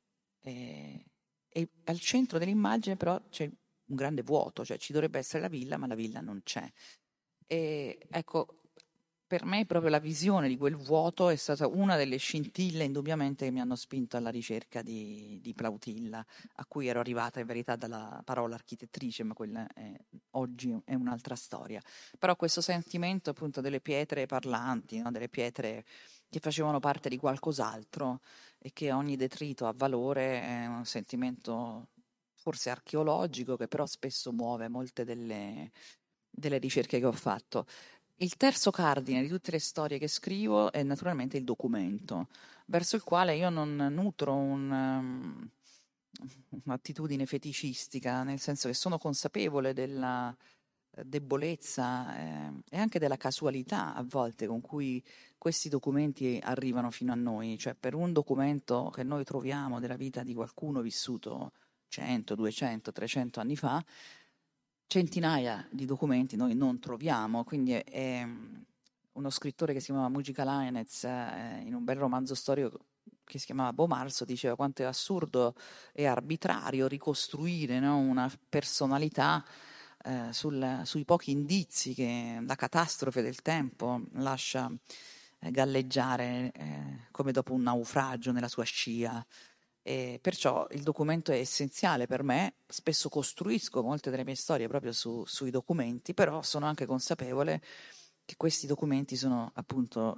E al centro dell'immagine però c'è un grande vuoto, cioè ci dovrebbe essere la villa, ma la villa non c'è. E ecco, per me proprio la visione di quel vuoto è stata una delle scintille indubbiamente che mi hanno spinto alla ricerca di Plautilla, a cui ero arrivata in verità dalla parola architettrice, ma oggi è un'altra storia. Però questo sentimento appunto delle pietre parlanti, no? Delle pietre che facevano parte di qualcos'altro e che ogni detrito ha valore, è un sentimento forse archeologico che però spesso muove molte delle ricerche che ho fatto. Il terzo cardine di tutte le storie che scrivo è naturalmente il documento, verso il quale io non nutro un'attitudine feticistica, nel senso che sono consapevole della debolezza e anche della casualità a volte con cui questi documenti arrivano fino a noi, cioè per un documento che noi troviamo della vita di qualcuno vissuto 100, 200, 300 anni fa, centinaia di documenti noi non troviamo, quindi è uno scrittore che si chiamava Mujica Lainez, in un bel romanzo storico che si chiamava Bomarzo, diceva quanto è assurdo e arbitrario ricostruire, no, una personalità sui pochi indizi che la catastrofe del tempo lascia galleggiare come dopo un naufragio nella sua scia. E perciò il documento è essenziale per me, spesso costruisco molte delle mie storie proprio sui documenti, però sono anche consapevole che questi documenti sono appunto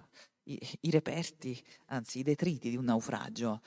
i reperti, anzi i detriti di un naufragio,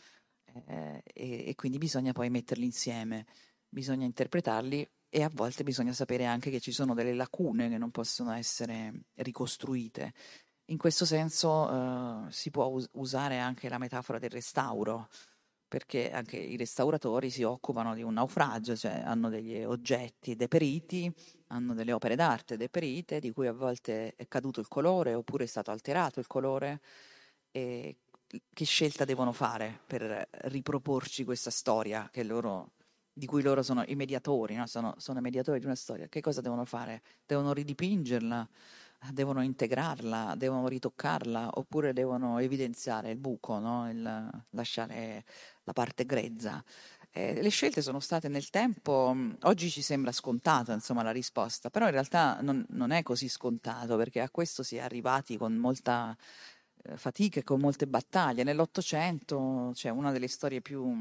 e quindi bisogna poi metterli insieme, bisogna interpretarli e a volte bisogna sapere anche che ci sono delle lacune che non possono essere ricostruite. In questo senso si può usare anche la metafora del restauro, perché anche i restauratori si occupano di un naufragio, cioè hanno degli oggetti deperiti, hanno delle opere d'arte deperite, di cui a volte è caduto il colore oppure è stato alterato il colore. E che scelta devono fare per riproporci questa storia di cui loro sono i mediatori, no? Sono i mediatori di una storia. Che cosa devono fare? Devono ridipingerla, devono integrarla, devono ritoccarla, oppure devono evidenziare il buco, no? Lasciare la parte grezza. Le scelte sono state nel tempo, oggi ci sembra scontata, insomma, la risposta, però in realtà non è così scontato, perché a questo si è arrivati con molta fatica e con molte battaglie. Nell'Ottocento c'è una delle storie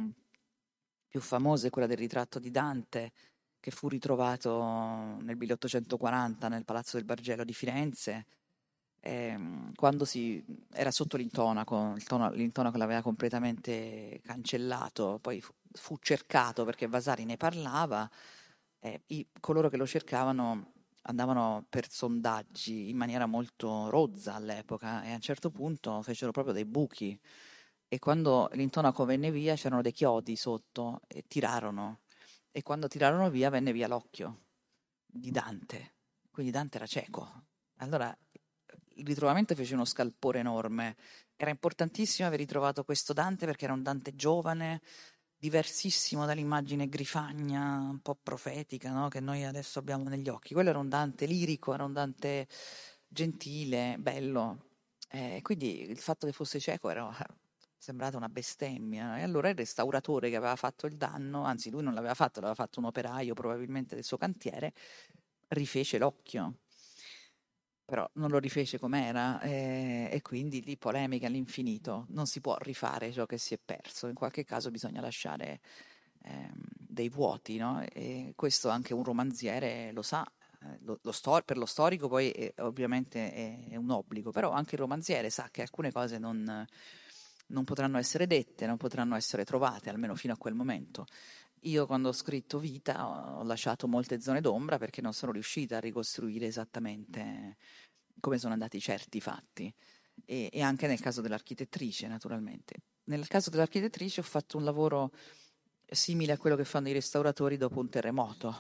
più famose, quella del ritratto di Dante, che fu ritrovato nel 1840 nel Palazzo del Bargello di Firenze, quando era sotto l'intonaco, l'intonaco l'aveva completamente cancellato, poi fu cercato perché Vasari ne parlava, coloro che lo cercavano andavano per sondaggi in maniera molto rozza all'epoca e a un certo punto fecero proprio dei buchi e quando l'intonaco venne via c'erano dei chiodi sotto e tirarono e quando tirarono via venne via l'occhio di Dante, quindi Dante era cieco. Allora il ritrovamento fece uno scalpore enorme. Era importantissimo aver ritrovato questo Dante perché era un Dante giovane, diversissimo dall'immagine grifagna, un po' profetica, no? Che noi adesso abbiamo negli occhi. Quello era un Dante lirico, era un Dante gentile, bello. Quindi il fatto che fosse cieco era sembrata una bestemmia. E allora il restauratore che aveva fatto il danno, anzi lui non l'aveva fatto un operaio probabilmente del suo cantiere, rifece l'occhio. Però non lo rifece com'era e quindi lì polemiche all'infinito. Non si può rifare ciò che si è perso, in qualche caso bisogna lasciare dei vuoti, no? E questo anche un romanziere lo sa, per lo storico poi ovviamente è un obbligo, però anche il romanziere sa che alcune cose non potranno essere dette, non potranno essere trovate, almeno fino a quel momento. Io quando ho scritto Vita ho lasciato molte zone d'ombra perché non sono riuscita a ricostruire esattamente come sono andati certi fatti e anche nel caso dell'architettrice naturalmente. Nel caso dell'architettrice ho fatto un lavoro simile a quello che fanno i restauratori dopo un terremoto.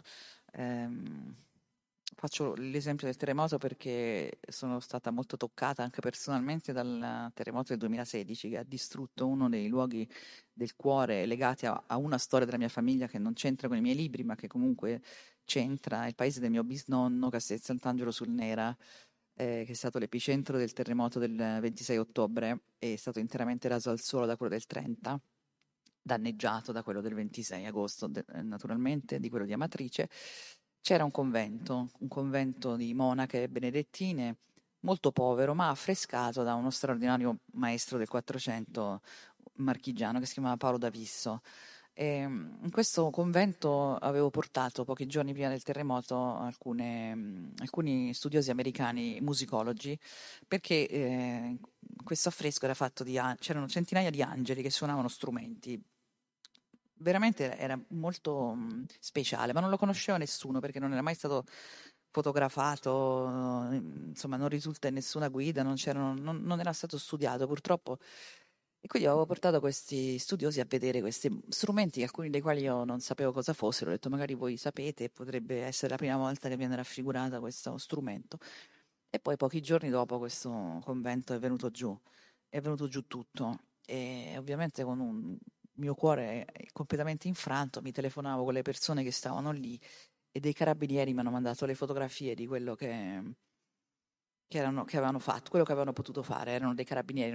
Faccio l'esempio del terremoto perché sono stata molto toccata anche personalmente dal terremoto del 2016 che ha distrutto uno dei luoghi del cuore legati a una storia della mia famiglia che non c'entra con i miei libri, ma che comunque c'entra, il paese del mio bisnonno, Castel Sant'Angelo sul Nera, che è stato l'epicentro del terremoto del 26 ottobre, è stato interamente raso al suolo da quello del 30, danneggiato da quello del 26 agosto, naturalmente, di quello di Amatrice. C'era un convento di monache benedettine, molto povero, ma affrescato da uno straordinario maestro del Quattrocento marchigiano che si chiamava Paolo d'Avisso. In questo convento avevo portato pochi giorni prima del terremoto alcuni studiosi americani, musicologi, perché questo affresco era fatto c'erano centinaia di angeli che suonavano strumenti. Veramente era molto speciale, ma non lo conosceva nessuno perché non era mai stato fotografato, insomma non risulta in nessuna guida, non era stato studiato purtroppo. E quindi avevo portato questi studiosi a vedere questi strumenti, alcuni dei quali io non sapevo cosa fossero. Ho detto magari voi sapete, potrebbe essere la prima volta che viene raffigurata questo strumento. E poi pochi giorni dopo questo convento è venuto giù tutto. E ovviamente con un mio cuore completamente infranto mi telefonavo con le persone che stavano lì e dei carabinieri mi hanno mandato le fotografie di quello che avevano fatto, quello che avevano potuto fare. Erano dei carabinieri,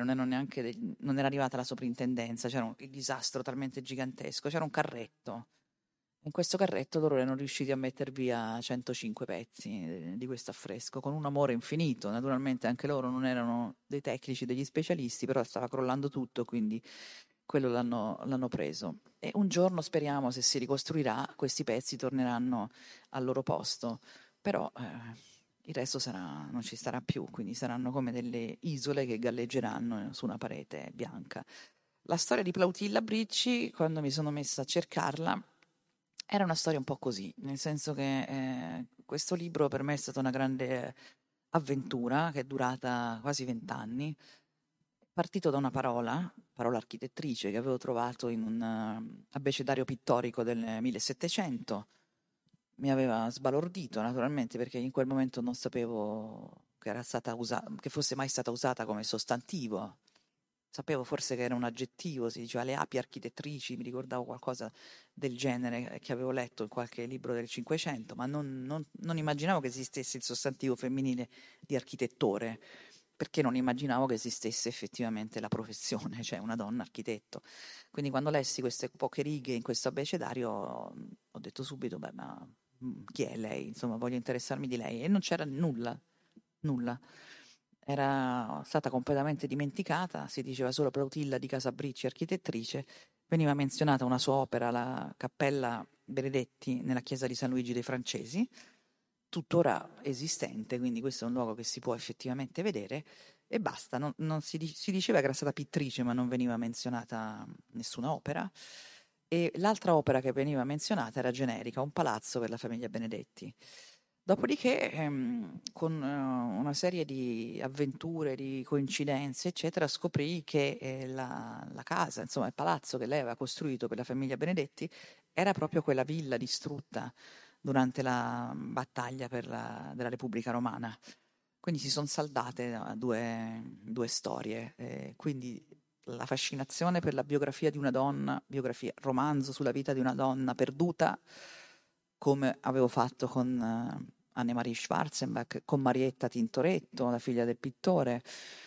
non era arrivata la soprintendenza, c'era il disastro talmente gigantesco, c'era un carretto In questo carretto loro erano riusciti a metter via 105 pezzi di questo affresco, con un amore infinito. Naturalmente anche loro non erano dei tecnici, degli specialisti, però stava crollando tutto, quindi quello l'hanno preso. E un giorno, speriamo, se si ricostruirà, questi pezzi torneranno al loro posto, però il resto non ci sarà più, quindi saranno come delle isole che galleggeranno su una parete bianca. La storia di Plautilla Bricci, quando mi sono messa a cercarla, era una storia un po' così, nel senso che questo libro per me è stata una grande avventura che è durata quasi 20 anni. Partito da una parola architettrice che avevo trovato in un abbecedario pittorico del 1700, mi aveva sbalordito naturalmente perché in quel momento non sapevo che era stata che fosse mai stata usata come sostantivo. Sapevo forse che era un aggettivo, si diceva le api architettrici, mi ricordavo qualcosa del genere che avevo letto in qualche libro del Cinquecento, ma non immaginavo che esistesse il sostantivo femminile di architettore, perché non immaginavo che esistesse effettivamente la professione, cioè una donna architetto. Quindi quando lessi queste poche righe in questo abbecedario ho detto subito, beh, ma chi è lei? Insomma, voglio interessarmi di lei. E non c'era nulla, nulla. Era stata completamente dimenticata, si diceva solo Plautilla di Casabricci, architettrice, veniva menzionata una sua opera, la Cappella Benedetti nella chiesa di San Luigi dei Francesi, tuttora esistente, quindi questo è un luogo che si può effettivamente vedere e basta, non si diceva che era stata pittrice ma non veniva menzionata nessuna opera e l'altra opera che veniva menzionata era generica, un palazzo per la famiglia Benedetti. Dopodiché, con una serie di avventure, di coincidenze, eccetera, scoprì che la casa, insomma il palazzo che lei aveva costruito per la famiglia Benedetti era proprio quella villa distrutta durante la battaglia della Repubblica Romana. Quindi si sono saldate due storie. Quindi la fascinazione per la biografia di una donna, romanzo sulla vita di una donna perduta, come avevo fatto con Annemarie Schwarzenbach, con Marietta Tintoretto, la figlia del pittore,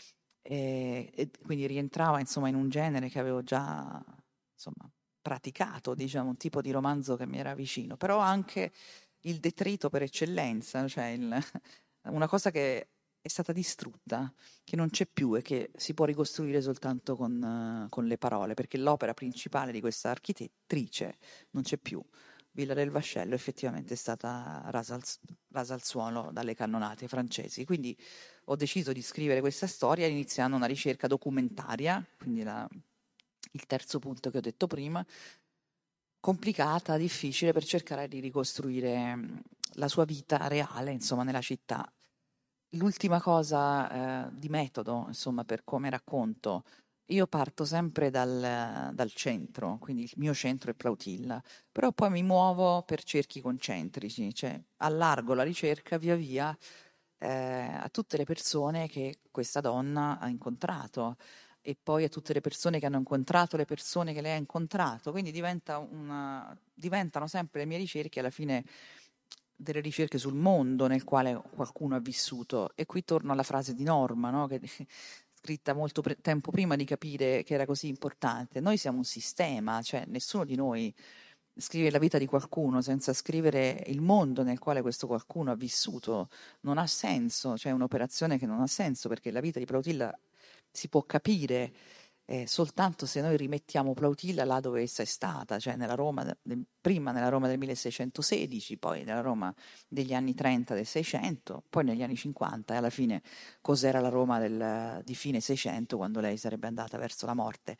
e quindi rientrava insomma in un genere che avevo già insomma praticato, diciamo, un tipo di romanzo che mi era vicino, però anche il detrito per eccellenza, cioè una cosa che è stata distrutta, che non c'è più e che si può ricostruire soltanto con le parole, perché l'opera principale di questa architettrice non c'è più. Villa del Vascello effettivamente è stata rasa al suolo dalle cannonate francesi, quindi ho deciso di scrivere questa storia iniziando una ricerca documentaria, quindi il terzo punto che ho detto prima, complicata, difficile per cercare di ricostruire la sua vita reale, insomma, nella città. L'ultima cosa di metodo, insomma, per come racconto, io parto sempre dal centro, quindi il mio centro è Plautilla, però poi mi muovo per cerchi concentrici, cioè allargo la ricerca via via a tutte le persone che questa donna ha incontrato e poi a tutte le persone che hanno incontrato le persone che lei ha incontrato, quindi diventano sempre le mie ricerche alla fine delle ricerche sul mondo nel quale qualcuno ha vissuto. E qui torno alla frase di Norma, no? Che scritta molto tempo prima di capire che era così importante. Noi siamo un sistema, cioè nessuno di noi scrive la vita di qualcuno senza scrivere il mondo nel quale questo qualcuno ha vissuto. Non ha senso, cioè è un'operazione che non ha senso perché la vita di Plautilla si può capire soltanto se noi rimettiamo Plautilla là dove essa è stata, cioè prima nella Roma del 1616, poi nella Roma degli anni 30 del 600, poi negli anni 50 e alla fine cos'era la Roma di fine 600 quando lei sarebbe andata verso la morte.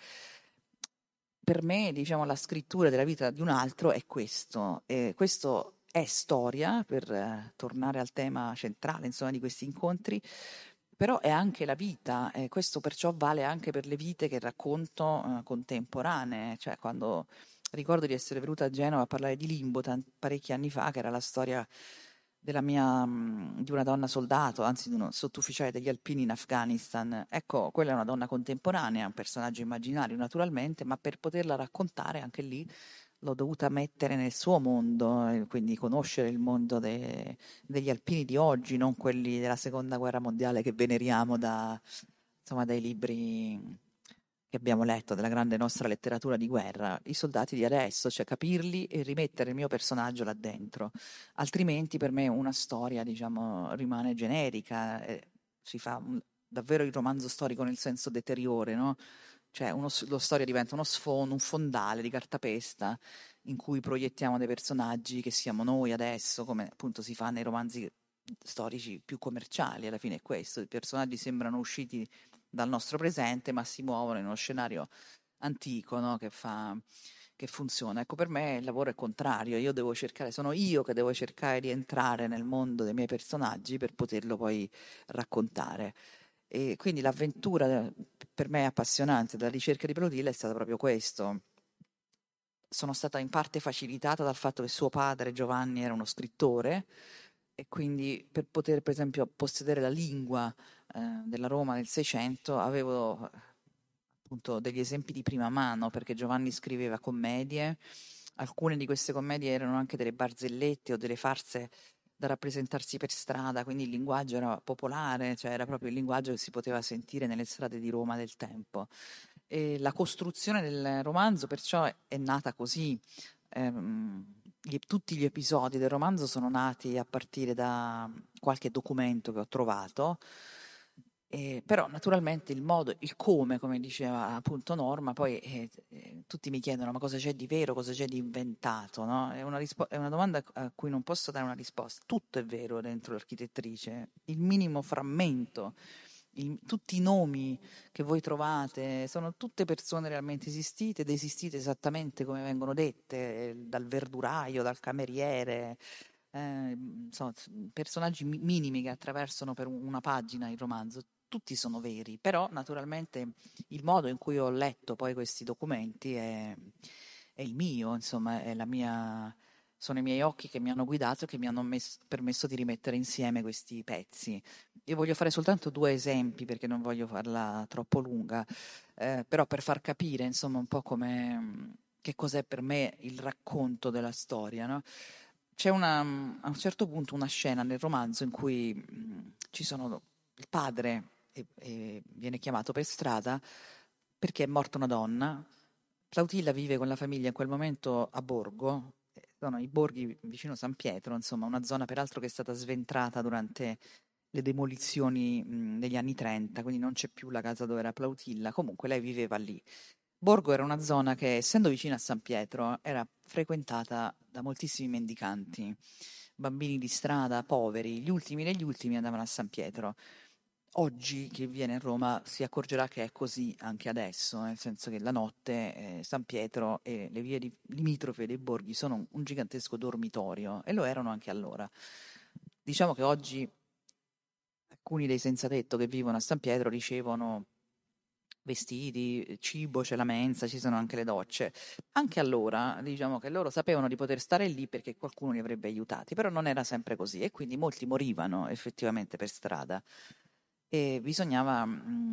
Per me, diciamo, la scrittura della vita di un altro è questo, e questo è storia, per tornare al tema centrale, insomma, di questi incontri, però è anche la vita, e questo perciò vale anche per le vite che racconto contemporanee, cioè quando ricordo di essere venuta a Genova a parlare di Limbo parecchi anni fa, che era la storia di una donna soldato, anzi di uno sottufficiale degli alpini in Afghanistan. Ecco, quella è una donna contemporanea, un personaggio immaginario naturalmente, ma per poterla raccontare anche lì l'ho dovuta mettere nel suo mondo, quindi conoscere il mondo degli alpini di oggi, non quelli della seconda guerra mondiale che veneriamo insomma, dai libri che abbiamo letto della grande nostra letteratura di guerra, i soldati di adesso, cioè capirli e rimettere il mio personaggio là dentro. Altrimenti per me una storia, diciamo, rimane generica, si fa davvero il romanzo storico nel senso deteriore, no? Cioè lo storia diventa uno sfondo, un fondale di cartapesta in cui proiettiamo dei personaggi che siamo noi adesso, come appunto si fa nei romanzi storici più commerciali, alla fine è questo, i personaggi sembrano usciti dal nostro presente, ma si muovono in uno scenario antico, no? Che funziona. Ecco, per me il lavoro è contrario, sono io che devo cercare di entrare nel mondo dei miei personaggi per poterlo poi raccontare. E quindi l'avventura per me appassionante della ricerca di Plotilla è stata proprio questo. Sono stata in parte facilitata dal fatto che suo padre Giovanni era uno scrittore e quindi per poter, per esempio, possedere la lingua della Roma del Seicento avevo appunto degli esempi di prima mano, perché Giovanni scriveva commedie, alcune di queste commedie erano anche delle barzellette o delle farse da rappresentarsi per strada, quindi il linguaggio era popolare, cioè era proprio il linguaggio che si poteva sentire nelle strade di Roma del tempo. E la costruzione del romanzo perciò è nata così. Tutti gli episodi del romanzo sono nati a partire da qualche documento che ho trovato, però naturalmente il modo, il come diceva appunto Norma, poi tutti mi chiedono ma cosa c'è di vero, cosa c'è di inventato, no? È una domanda a cui non posso dare una risposta. Tutto è vero dentro l'architettrice, il minimo frammento, tutti i nomi che voi trovate sono tutte persone realmente esistite ed esistite esattamente come vengono dette, dal verduraio, dal cameriere, insomma, personaggi minimi che attraversano per una pagina il romanzo. Tutti sono veri, però naturalmente il modo in cui ho letto poi questi documenti è il mio, insomma, sono i miei occhi che mi hanno guidato e che mi hanno permesso di rimettere insieme questi pezzi. Io voglio fare soltanto 2 esempi perché non voglio farla troppo lunga, però per far capire, insomma, un po' che cos'è per me il racconto della storia, no? C'è a un certo punto una scena nel romanzo in cui ci sono il padre e viene chiamato per strada perché è morta una donna. Plautilla vive con la famiglia in quel momento a Borgo, sono i borghi vicino San Pietro, insomma, una zona peraltro che è stata sventrata durante le demolizioni degli anni 30, quindi non c'è più la casa dove era Plautilla, comunque lei viveva lì. Borgo era una zona che, essendo vicina a San Pietro, era frequentata da moltissimi mendicanti, bambini di strada, poveri, gli ultimi degli ultimi andavano a San Pietro. Oggi chi viene a Roma si accorgerà che è così anche adesso, nel senso che la notte San Pietro e le vie limitrofe dei borghi sono un gigantesco dormitorio e lo erano anche allora. Diciamo che oggi alcuni dei senza tetto che vivono a San Pietro ricevono vestiti, cibo, c'è la mensa, ci sono anche le docce. Anche allora, diciamo che loro sapevano di poter stare lì perché qualcuno li avrebbe aiutati, però non era sempre così e quindi molti morivano effettivamente per strada. E bisognava,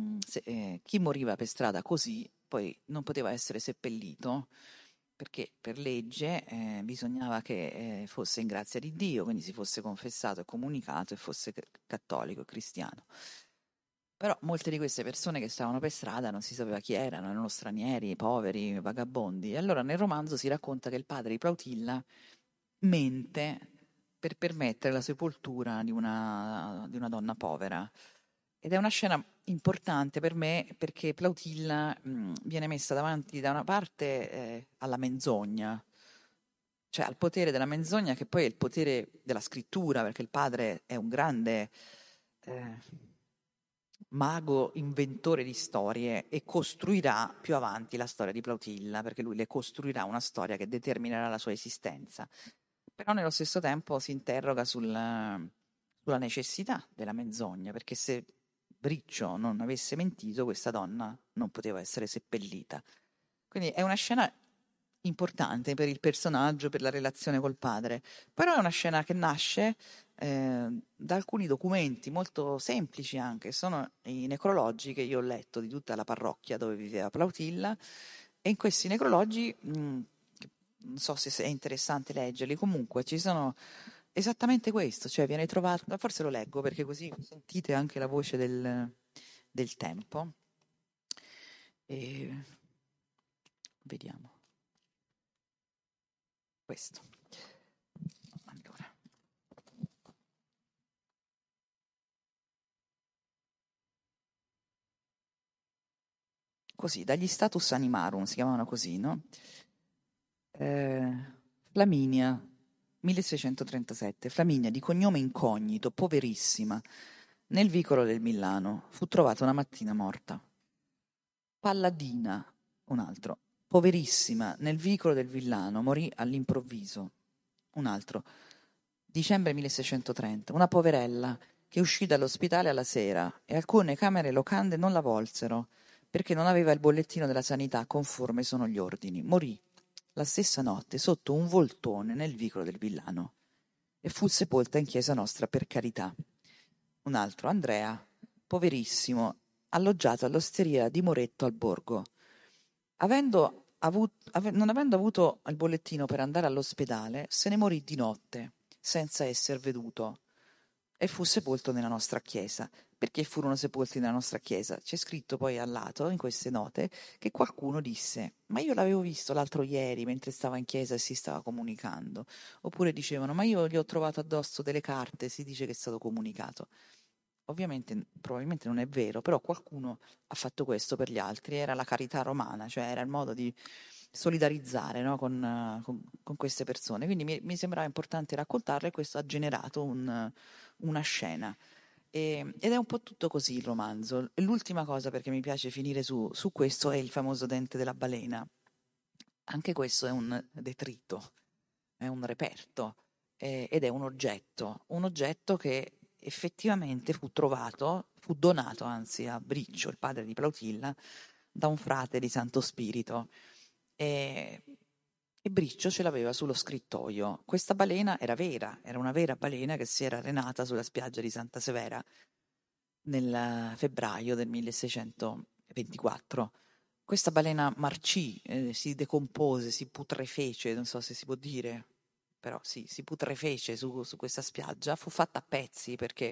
chi moriva per strada così poi non poteva essere seppellito perché per legge bisognava che fosse in grazia di Dio, quindi si fosse confessato e comunicato e fosse cattolico e cristiano. Però molte di queste persone che stavano per strada non si sapeva chi erano stranieri, poveri, vagabondi. E allora nel romanzo si racconta che il padre di Plautilla mente per permettere la sepoltura di una donna povera. Ed è una scena importante per me perché Plautilla viene messa davanti da una parte alla menzogna, cioè al potere della menzogna che poi è il potere della scrittura, perché il padre è un grande mago, inventore di storie e costruirà più avanti la storia di Plautilla, perché lui le costruirà una storia che determinerà la sua esistenza. Però nello stesso tempo si interroga sulla necessità della menzogna, perché se Briccio non avesse mentito, questa donna non poteva essere seppellita. Quindi è una scena importante per il personaggio, per la relazione col padre, però è una scena che nasce da alcuni documenti molto semplici anche, sono i necrologi che io ho letto di tutta la parrocchia dove viveva Plautilla e in questi necrologi, non so se è interessante leggerli, comunque ci sono esattamente questo, cioè viene trovato, forse lo leggo perché così sentite anche la voce del tempo. E vediamo questo. Allora. Così, dagli status animarum, si chiamavano così, no? Flaminia, 1637. Flaminia, di cognome incognito, poverissima, nel vicolo del Millano, fu trovata una mattina morta. Palladina, un altro, poverissima, nel vicolo del Villano, morì all'improvviso. Un altro, dicembre 1630, una poverella che uscì dall'ospedale alla sera e alcune camere locande non la volsero perché non aveva il bollettino della sanità conforme sono gli ordini. Morì la stessa notte sotto un voltone nel vicolo del Villano e fu sepolta in chiesa nostra per carità. Un altro, Andrea, poverissimo, alloggiato all'osteria di Moretto al Borgo. Non avendo avuto il bollettino per andare all'ospedale, se ne morì di notte, senza esser veduto, e fu sepolto nella nostra chiesa. Perché furono sepolti nella nostra chiesa? C'è scritto poi al lato, in queste note, che qualcuno disse: ma io l'avevo visto l'altro ieri mentre stava in chiesa e si stava comunicando. Oppure dicevano: ma io gli ho trovato addosso delle carte, si dice che è stato comunicato. Ovviamente, probabilmente non è vero, però qualcuno ha fatto questo per gli altri, era la carità romana, cioè era il modo di solidarizzare, no, con queste persone. Quindi mi sembrava importante raccontarlo e questo ha generato una scena. Ed è un po' tutto così il romanzo. L'ultima cosa, perché mi piace finire su questo, è il famoso dente della balena. Anche questo è un detrito, è un reperto ed è un oggetto che effettivamente fu donato anzi a Briccio, il padre di Plautilla, da un frate di Santo Spirito. E Briccio ce l'aveva sullo scrittoio. Questa balena era vera, era una vera balena che si era arenata sulla spiaggia di Santa Severa nel febbraio del 1624. Questa balena marcì, si decompose, si putrefece, non so se si può dire, però sì, si putrefece su questa spiaggia, fu fatta a pezzi perché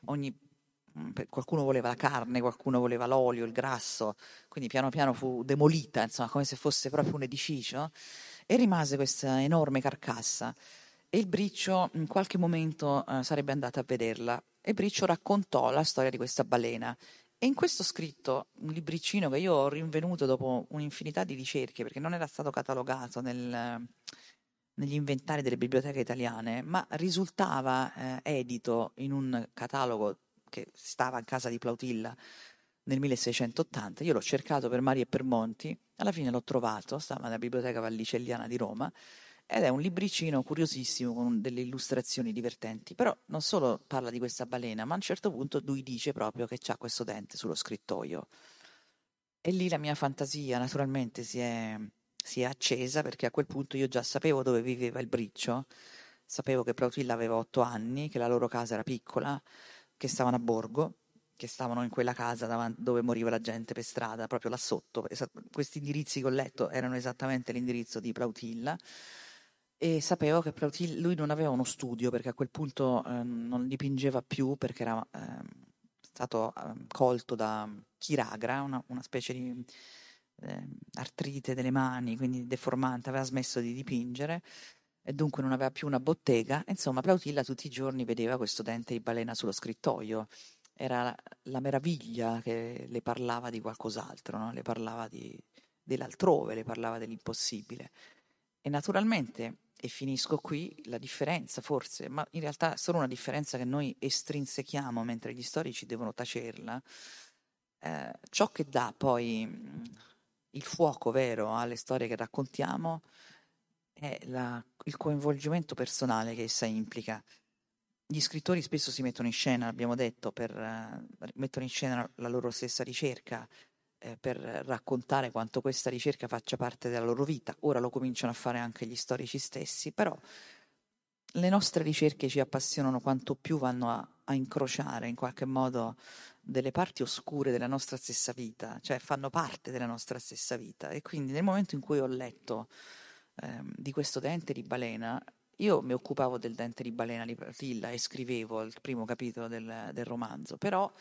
qualcuno voleva la carne, qualcuno voleva l'olio, il grasso, quindi piano piano fu demolita, insomma, come se fosse proprio un edificio, e rimase questa enorme carcassa. E il Briccio in qualche momento sarebbe andato a vederla e Briccio raccontò la storia di questa balena. E in questo scritto, un libricino che io ho rinvenuto dopo un'infinità di ricerche, perché non era stato catalogato negli inventari delle biblioteche italiane, ma risultava edito in un catalogo che stava in casa di Plautilla nel 1680. Io l'ho cercato per mari e per monti, alla fine l'ho trovato, stava nella Biblioteca Vallicelliana di Roma, ed è un libricino curiosissimo con delle illustrazioni divertenti, però non solo parla di questa balena, ma a un certo punto lui dice proprio che c'ha questo dente sullo scrittoio. E lì la mia fantasia naturalmente si è accesa, perché a quel punto io già sapevo dove viveva il Briccio, sapevo che Plautilla aveva 8 anni, che la loro casa era piccola, che stavano a Borgo, che stavano in quella casa dove moriva la gente per strada, proprio là sotto. Questi indirizzi che ho letto erano esattamente l'indirizzo di Plautilla. E sapevo che lui non aveva uno studio, perché a quel punto non dipingeva più, perché era stato colto da chiragra, una specie di artrite delle mani, quindi deformante, aveva smesso di dipingere e dunque non aveva più una bottega. Insomma, Plautilla tutti i giorni vedeva questo dente di balena sullo scrittoio. Era la meraviglia che le parlava di qualcos'altro, no? Le parlava dell'altrove, le parlava dell'impossibile. E naturalmente, e finisco qui, la differenza forse, ma in realtà è solo una differenza che noi estrinsechiamo mentre gli storici devono tacerla, ciò che dà poi il fuoco vero alle storie che raccontiamo è il coinvolgimento personale che essa implica. Gli scrittori spesso si mettono in scena, abbiamo detto, mettono in scena la loro stessa ricerca, per raccontare quanto questa ricerca faccia parte della loro vita. Ora lo cominciano a fare anche gli storici stessi, però le nostre ricerche ci appassionano quanto più vanno a incrociare in qualche modo delle parti oscure della nostra stessa vita, cioè fanno parte della nostra stessa vita. E quindi nel momento in cui ho letto di questo dente di balena, io mi occupavo del dente di balena di Plautilla e scrivevo il primo capitolo del romanzo, però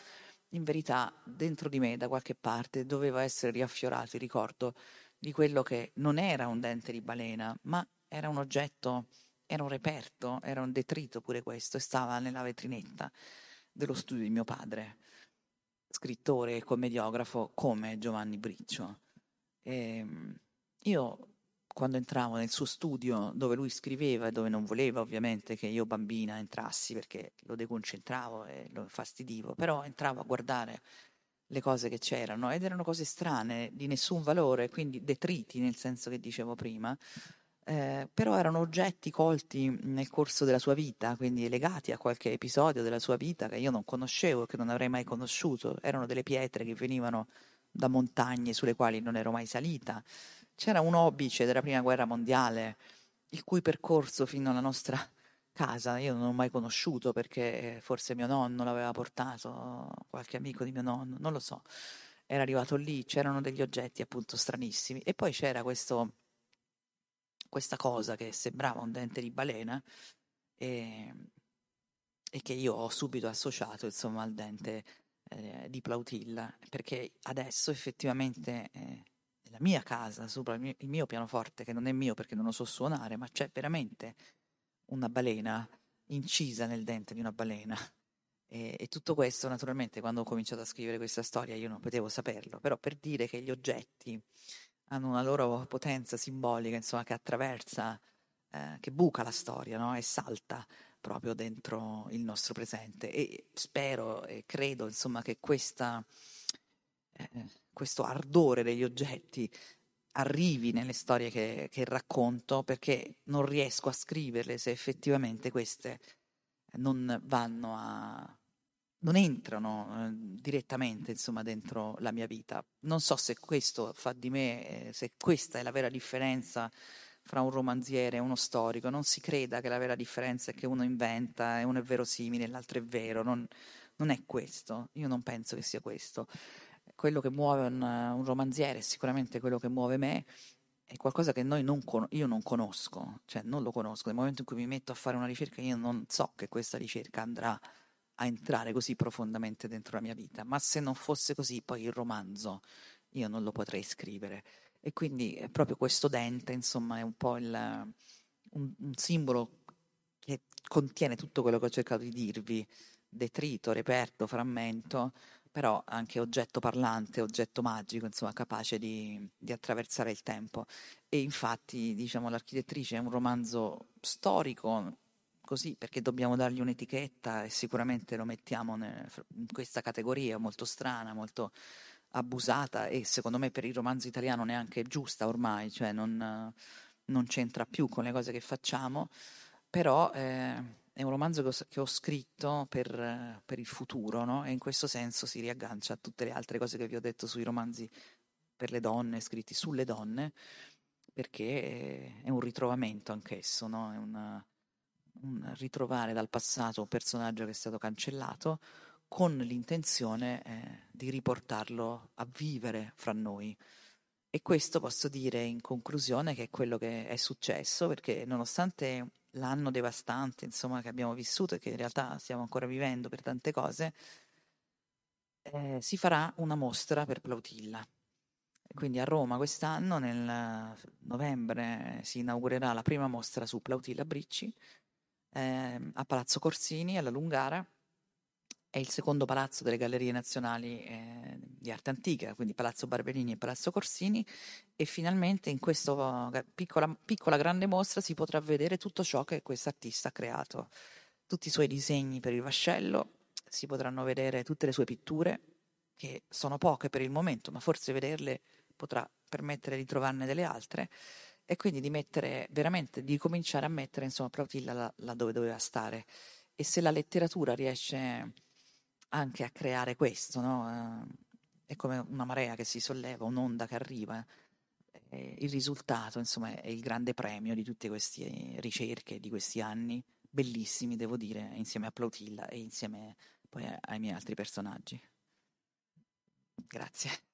in verità dentro di me da qualche parte doveva essere riaffiorato il ricordo di quello che non era un dente di balena, ma era un oggetto, era un reperto, era un detrito pure questo, e stava nella vetrinetta dello studio di mio padre, scrittore e commediografo come Giovanni Briccio. E io quando entravo nel suo studio dove lui scriveva e dove non voleva ovviamente che io bambina entrassi perché lo deconcentravo e lo infastidivo, però entravo a guardare le cose che c'erano ed erano cose strane, di nessun valore, quindi detriti nel senso che dicevo prima, però erano oggetti colti nel corso della sua vita, quindi legati a qualche episodio della sua vita che io non conoscevo e che non avrei mai conosciuto. Erano delle pietre che venivano da montagne sulle quali non ero mai salita. C'era un obice della Prima Guerra Mondiale, il cui percorso fino alla nostra casa io non ho mai conosciuto perché forse mio nonno l'aveva portato, qualche amico di mio nonno, non lo so. Era arrivato lì, c'erano degli oggetti appunto stranissimi e poi c'era questa cosa che sembrava un dente di balena e che io ho subito associato insomma al dente di Plautilla, perché adesso effettivamente nella mia casa, sopra il mio pianoforte, che non è mio perché non lo so suonare, ma c'è veramente una balena incisa nel dente di una balena. E tutto questo naturalmente quando ho cominciato a scrivere questa storia io non potevo saperlo, però per dire che gli oggetti hanno una loro potenza simbolica, insomma, che attraversa, che buca la storia, no? E salta proprio dentro il nostro presente. E spero e credo, insomma, che questo ardore degli oggetti arrivi nelle storie che racconto, perché non riesco a scriverle se effettivamente queste non vanno non entrano direttamente, insomma, dentro la mia vita. Non so se questo fa di me, se questa è la vera differenza fra un romanziere e uno storico. Non si creda che la vera differenza è che uno inventa e uno è verosimile e l'altro è vero. Non è questo. Io non penso che sia questo. Quello che muove un romanziere, sicuramente quello che muove me, è qualcosa che io non conosco, cioè non lo conosco. Nel momento in cui mi metto a fare una ricerca, io non so che questa ricerca andrà a entrare così profondamente dentro la mia vita, ma se non fosse così, poi il romanzo io non lo potrei scrivere. E quindi è proprio questo dente, insomma, è un po' un simbolo che contiene tutto quello che ho cercato di dirvi, detrito, reperto, frammento, però anche oggetto parlante, oggetto magico, insomma, capace di attraversare il tempo. E infatti, diciamo, L'architettrice è un romanzo storico, così perché dobbiamo dargli un'etichetta e sicuramente lo mettiamo in questa categoria molto strana, molto abusata e secondo me per il romanzo italiano neanche giusta ormai, cioè non c'entra più con le cose che facciamo, però è un romanzo che ho scritto per il futuro, no? E in questo senso si riaggancia a tutte le altre cose che vi ho detto sui romanzi per le donne, scritti sulle donne, perché è un ritrovamento anch'esso, no? È un ritrovare dal passato un personaggio che è stato cancellato con l'intenzione di riportarlo a vivere fra noi. E questo posso dire in conclusione che è quello che è successo, perché nonostante l'anno devastante, insomma, che abbiamo vissuto e che in realtà stiamo ancora vivendo per tante cose, si farà una mostra per Plautilla. Quindi a Roma quest'anno, nel novembre, si inaugurerà la prima mostra su Plautilla Bricci a Palazzo Corsini, alla Lungara. È il secondo palazzo delle Gallerie Nazionali di Arte Antica, quindi Palazzo Barberini e Palazzo Corsini, e finalmente in questa piccola grande mostra si potrà vedere tutto ciò che questo artista ha creato, tutti i suoi disegni per il vascello, si potranno vedere tutte le sue pitture, che sono poche per il momento, ma forse vederle potrà permettere di trovarne delle altre, e quindi di cominciare a mettere insomma Plautilla là dove doveva stare. E se la letteratura riesce anche a creare questo, no? È come una marea che si solleva, un'onda che arriva. Il risultato, insomma, è il grande premio di tutte queste ricerche, di questi anni, bellissimi, devo dire, insieme a Plautilla e insieme poi ai miei altri personaggi. Grazie.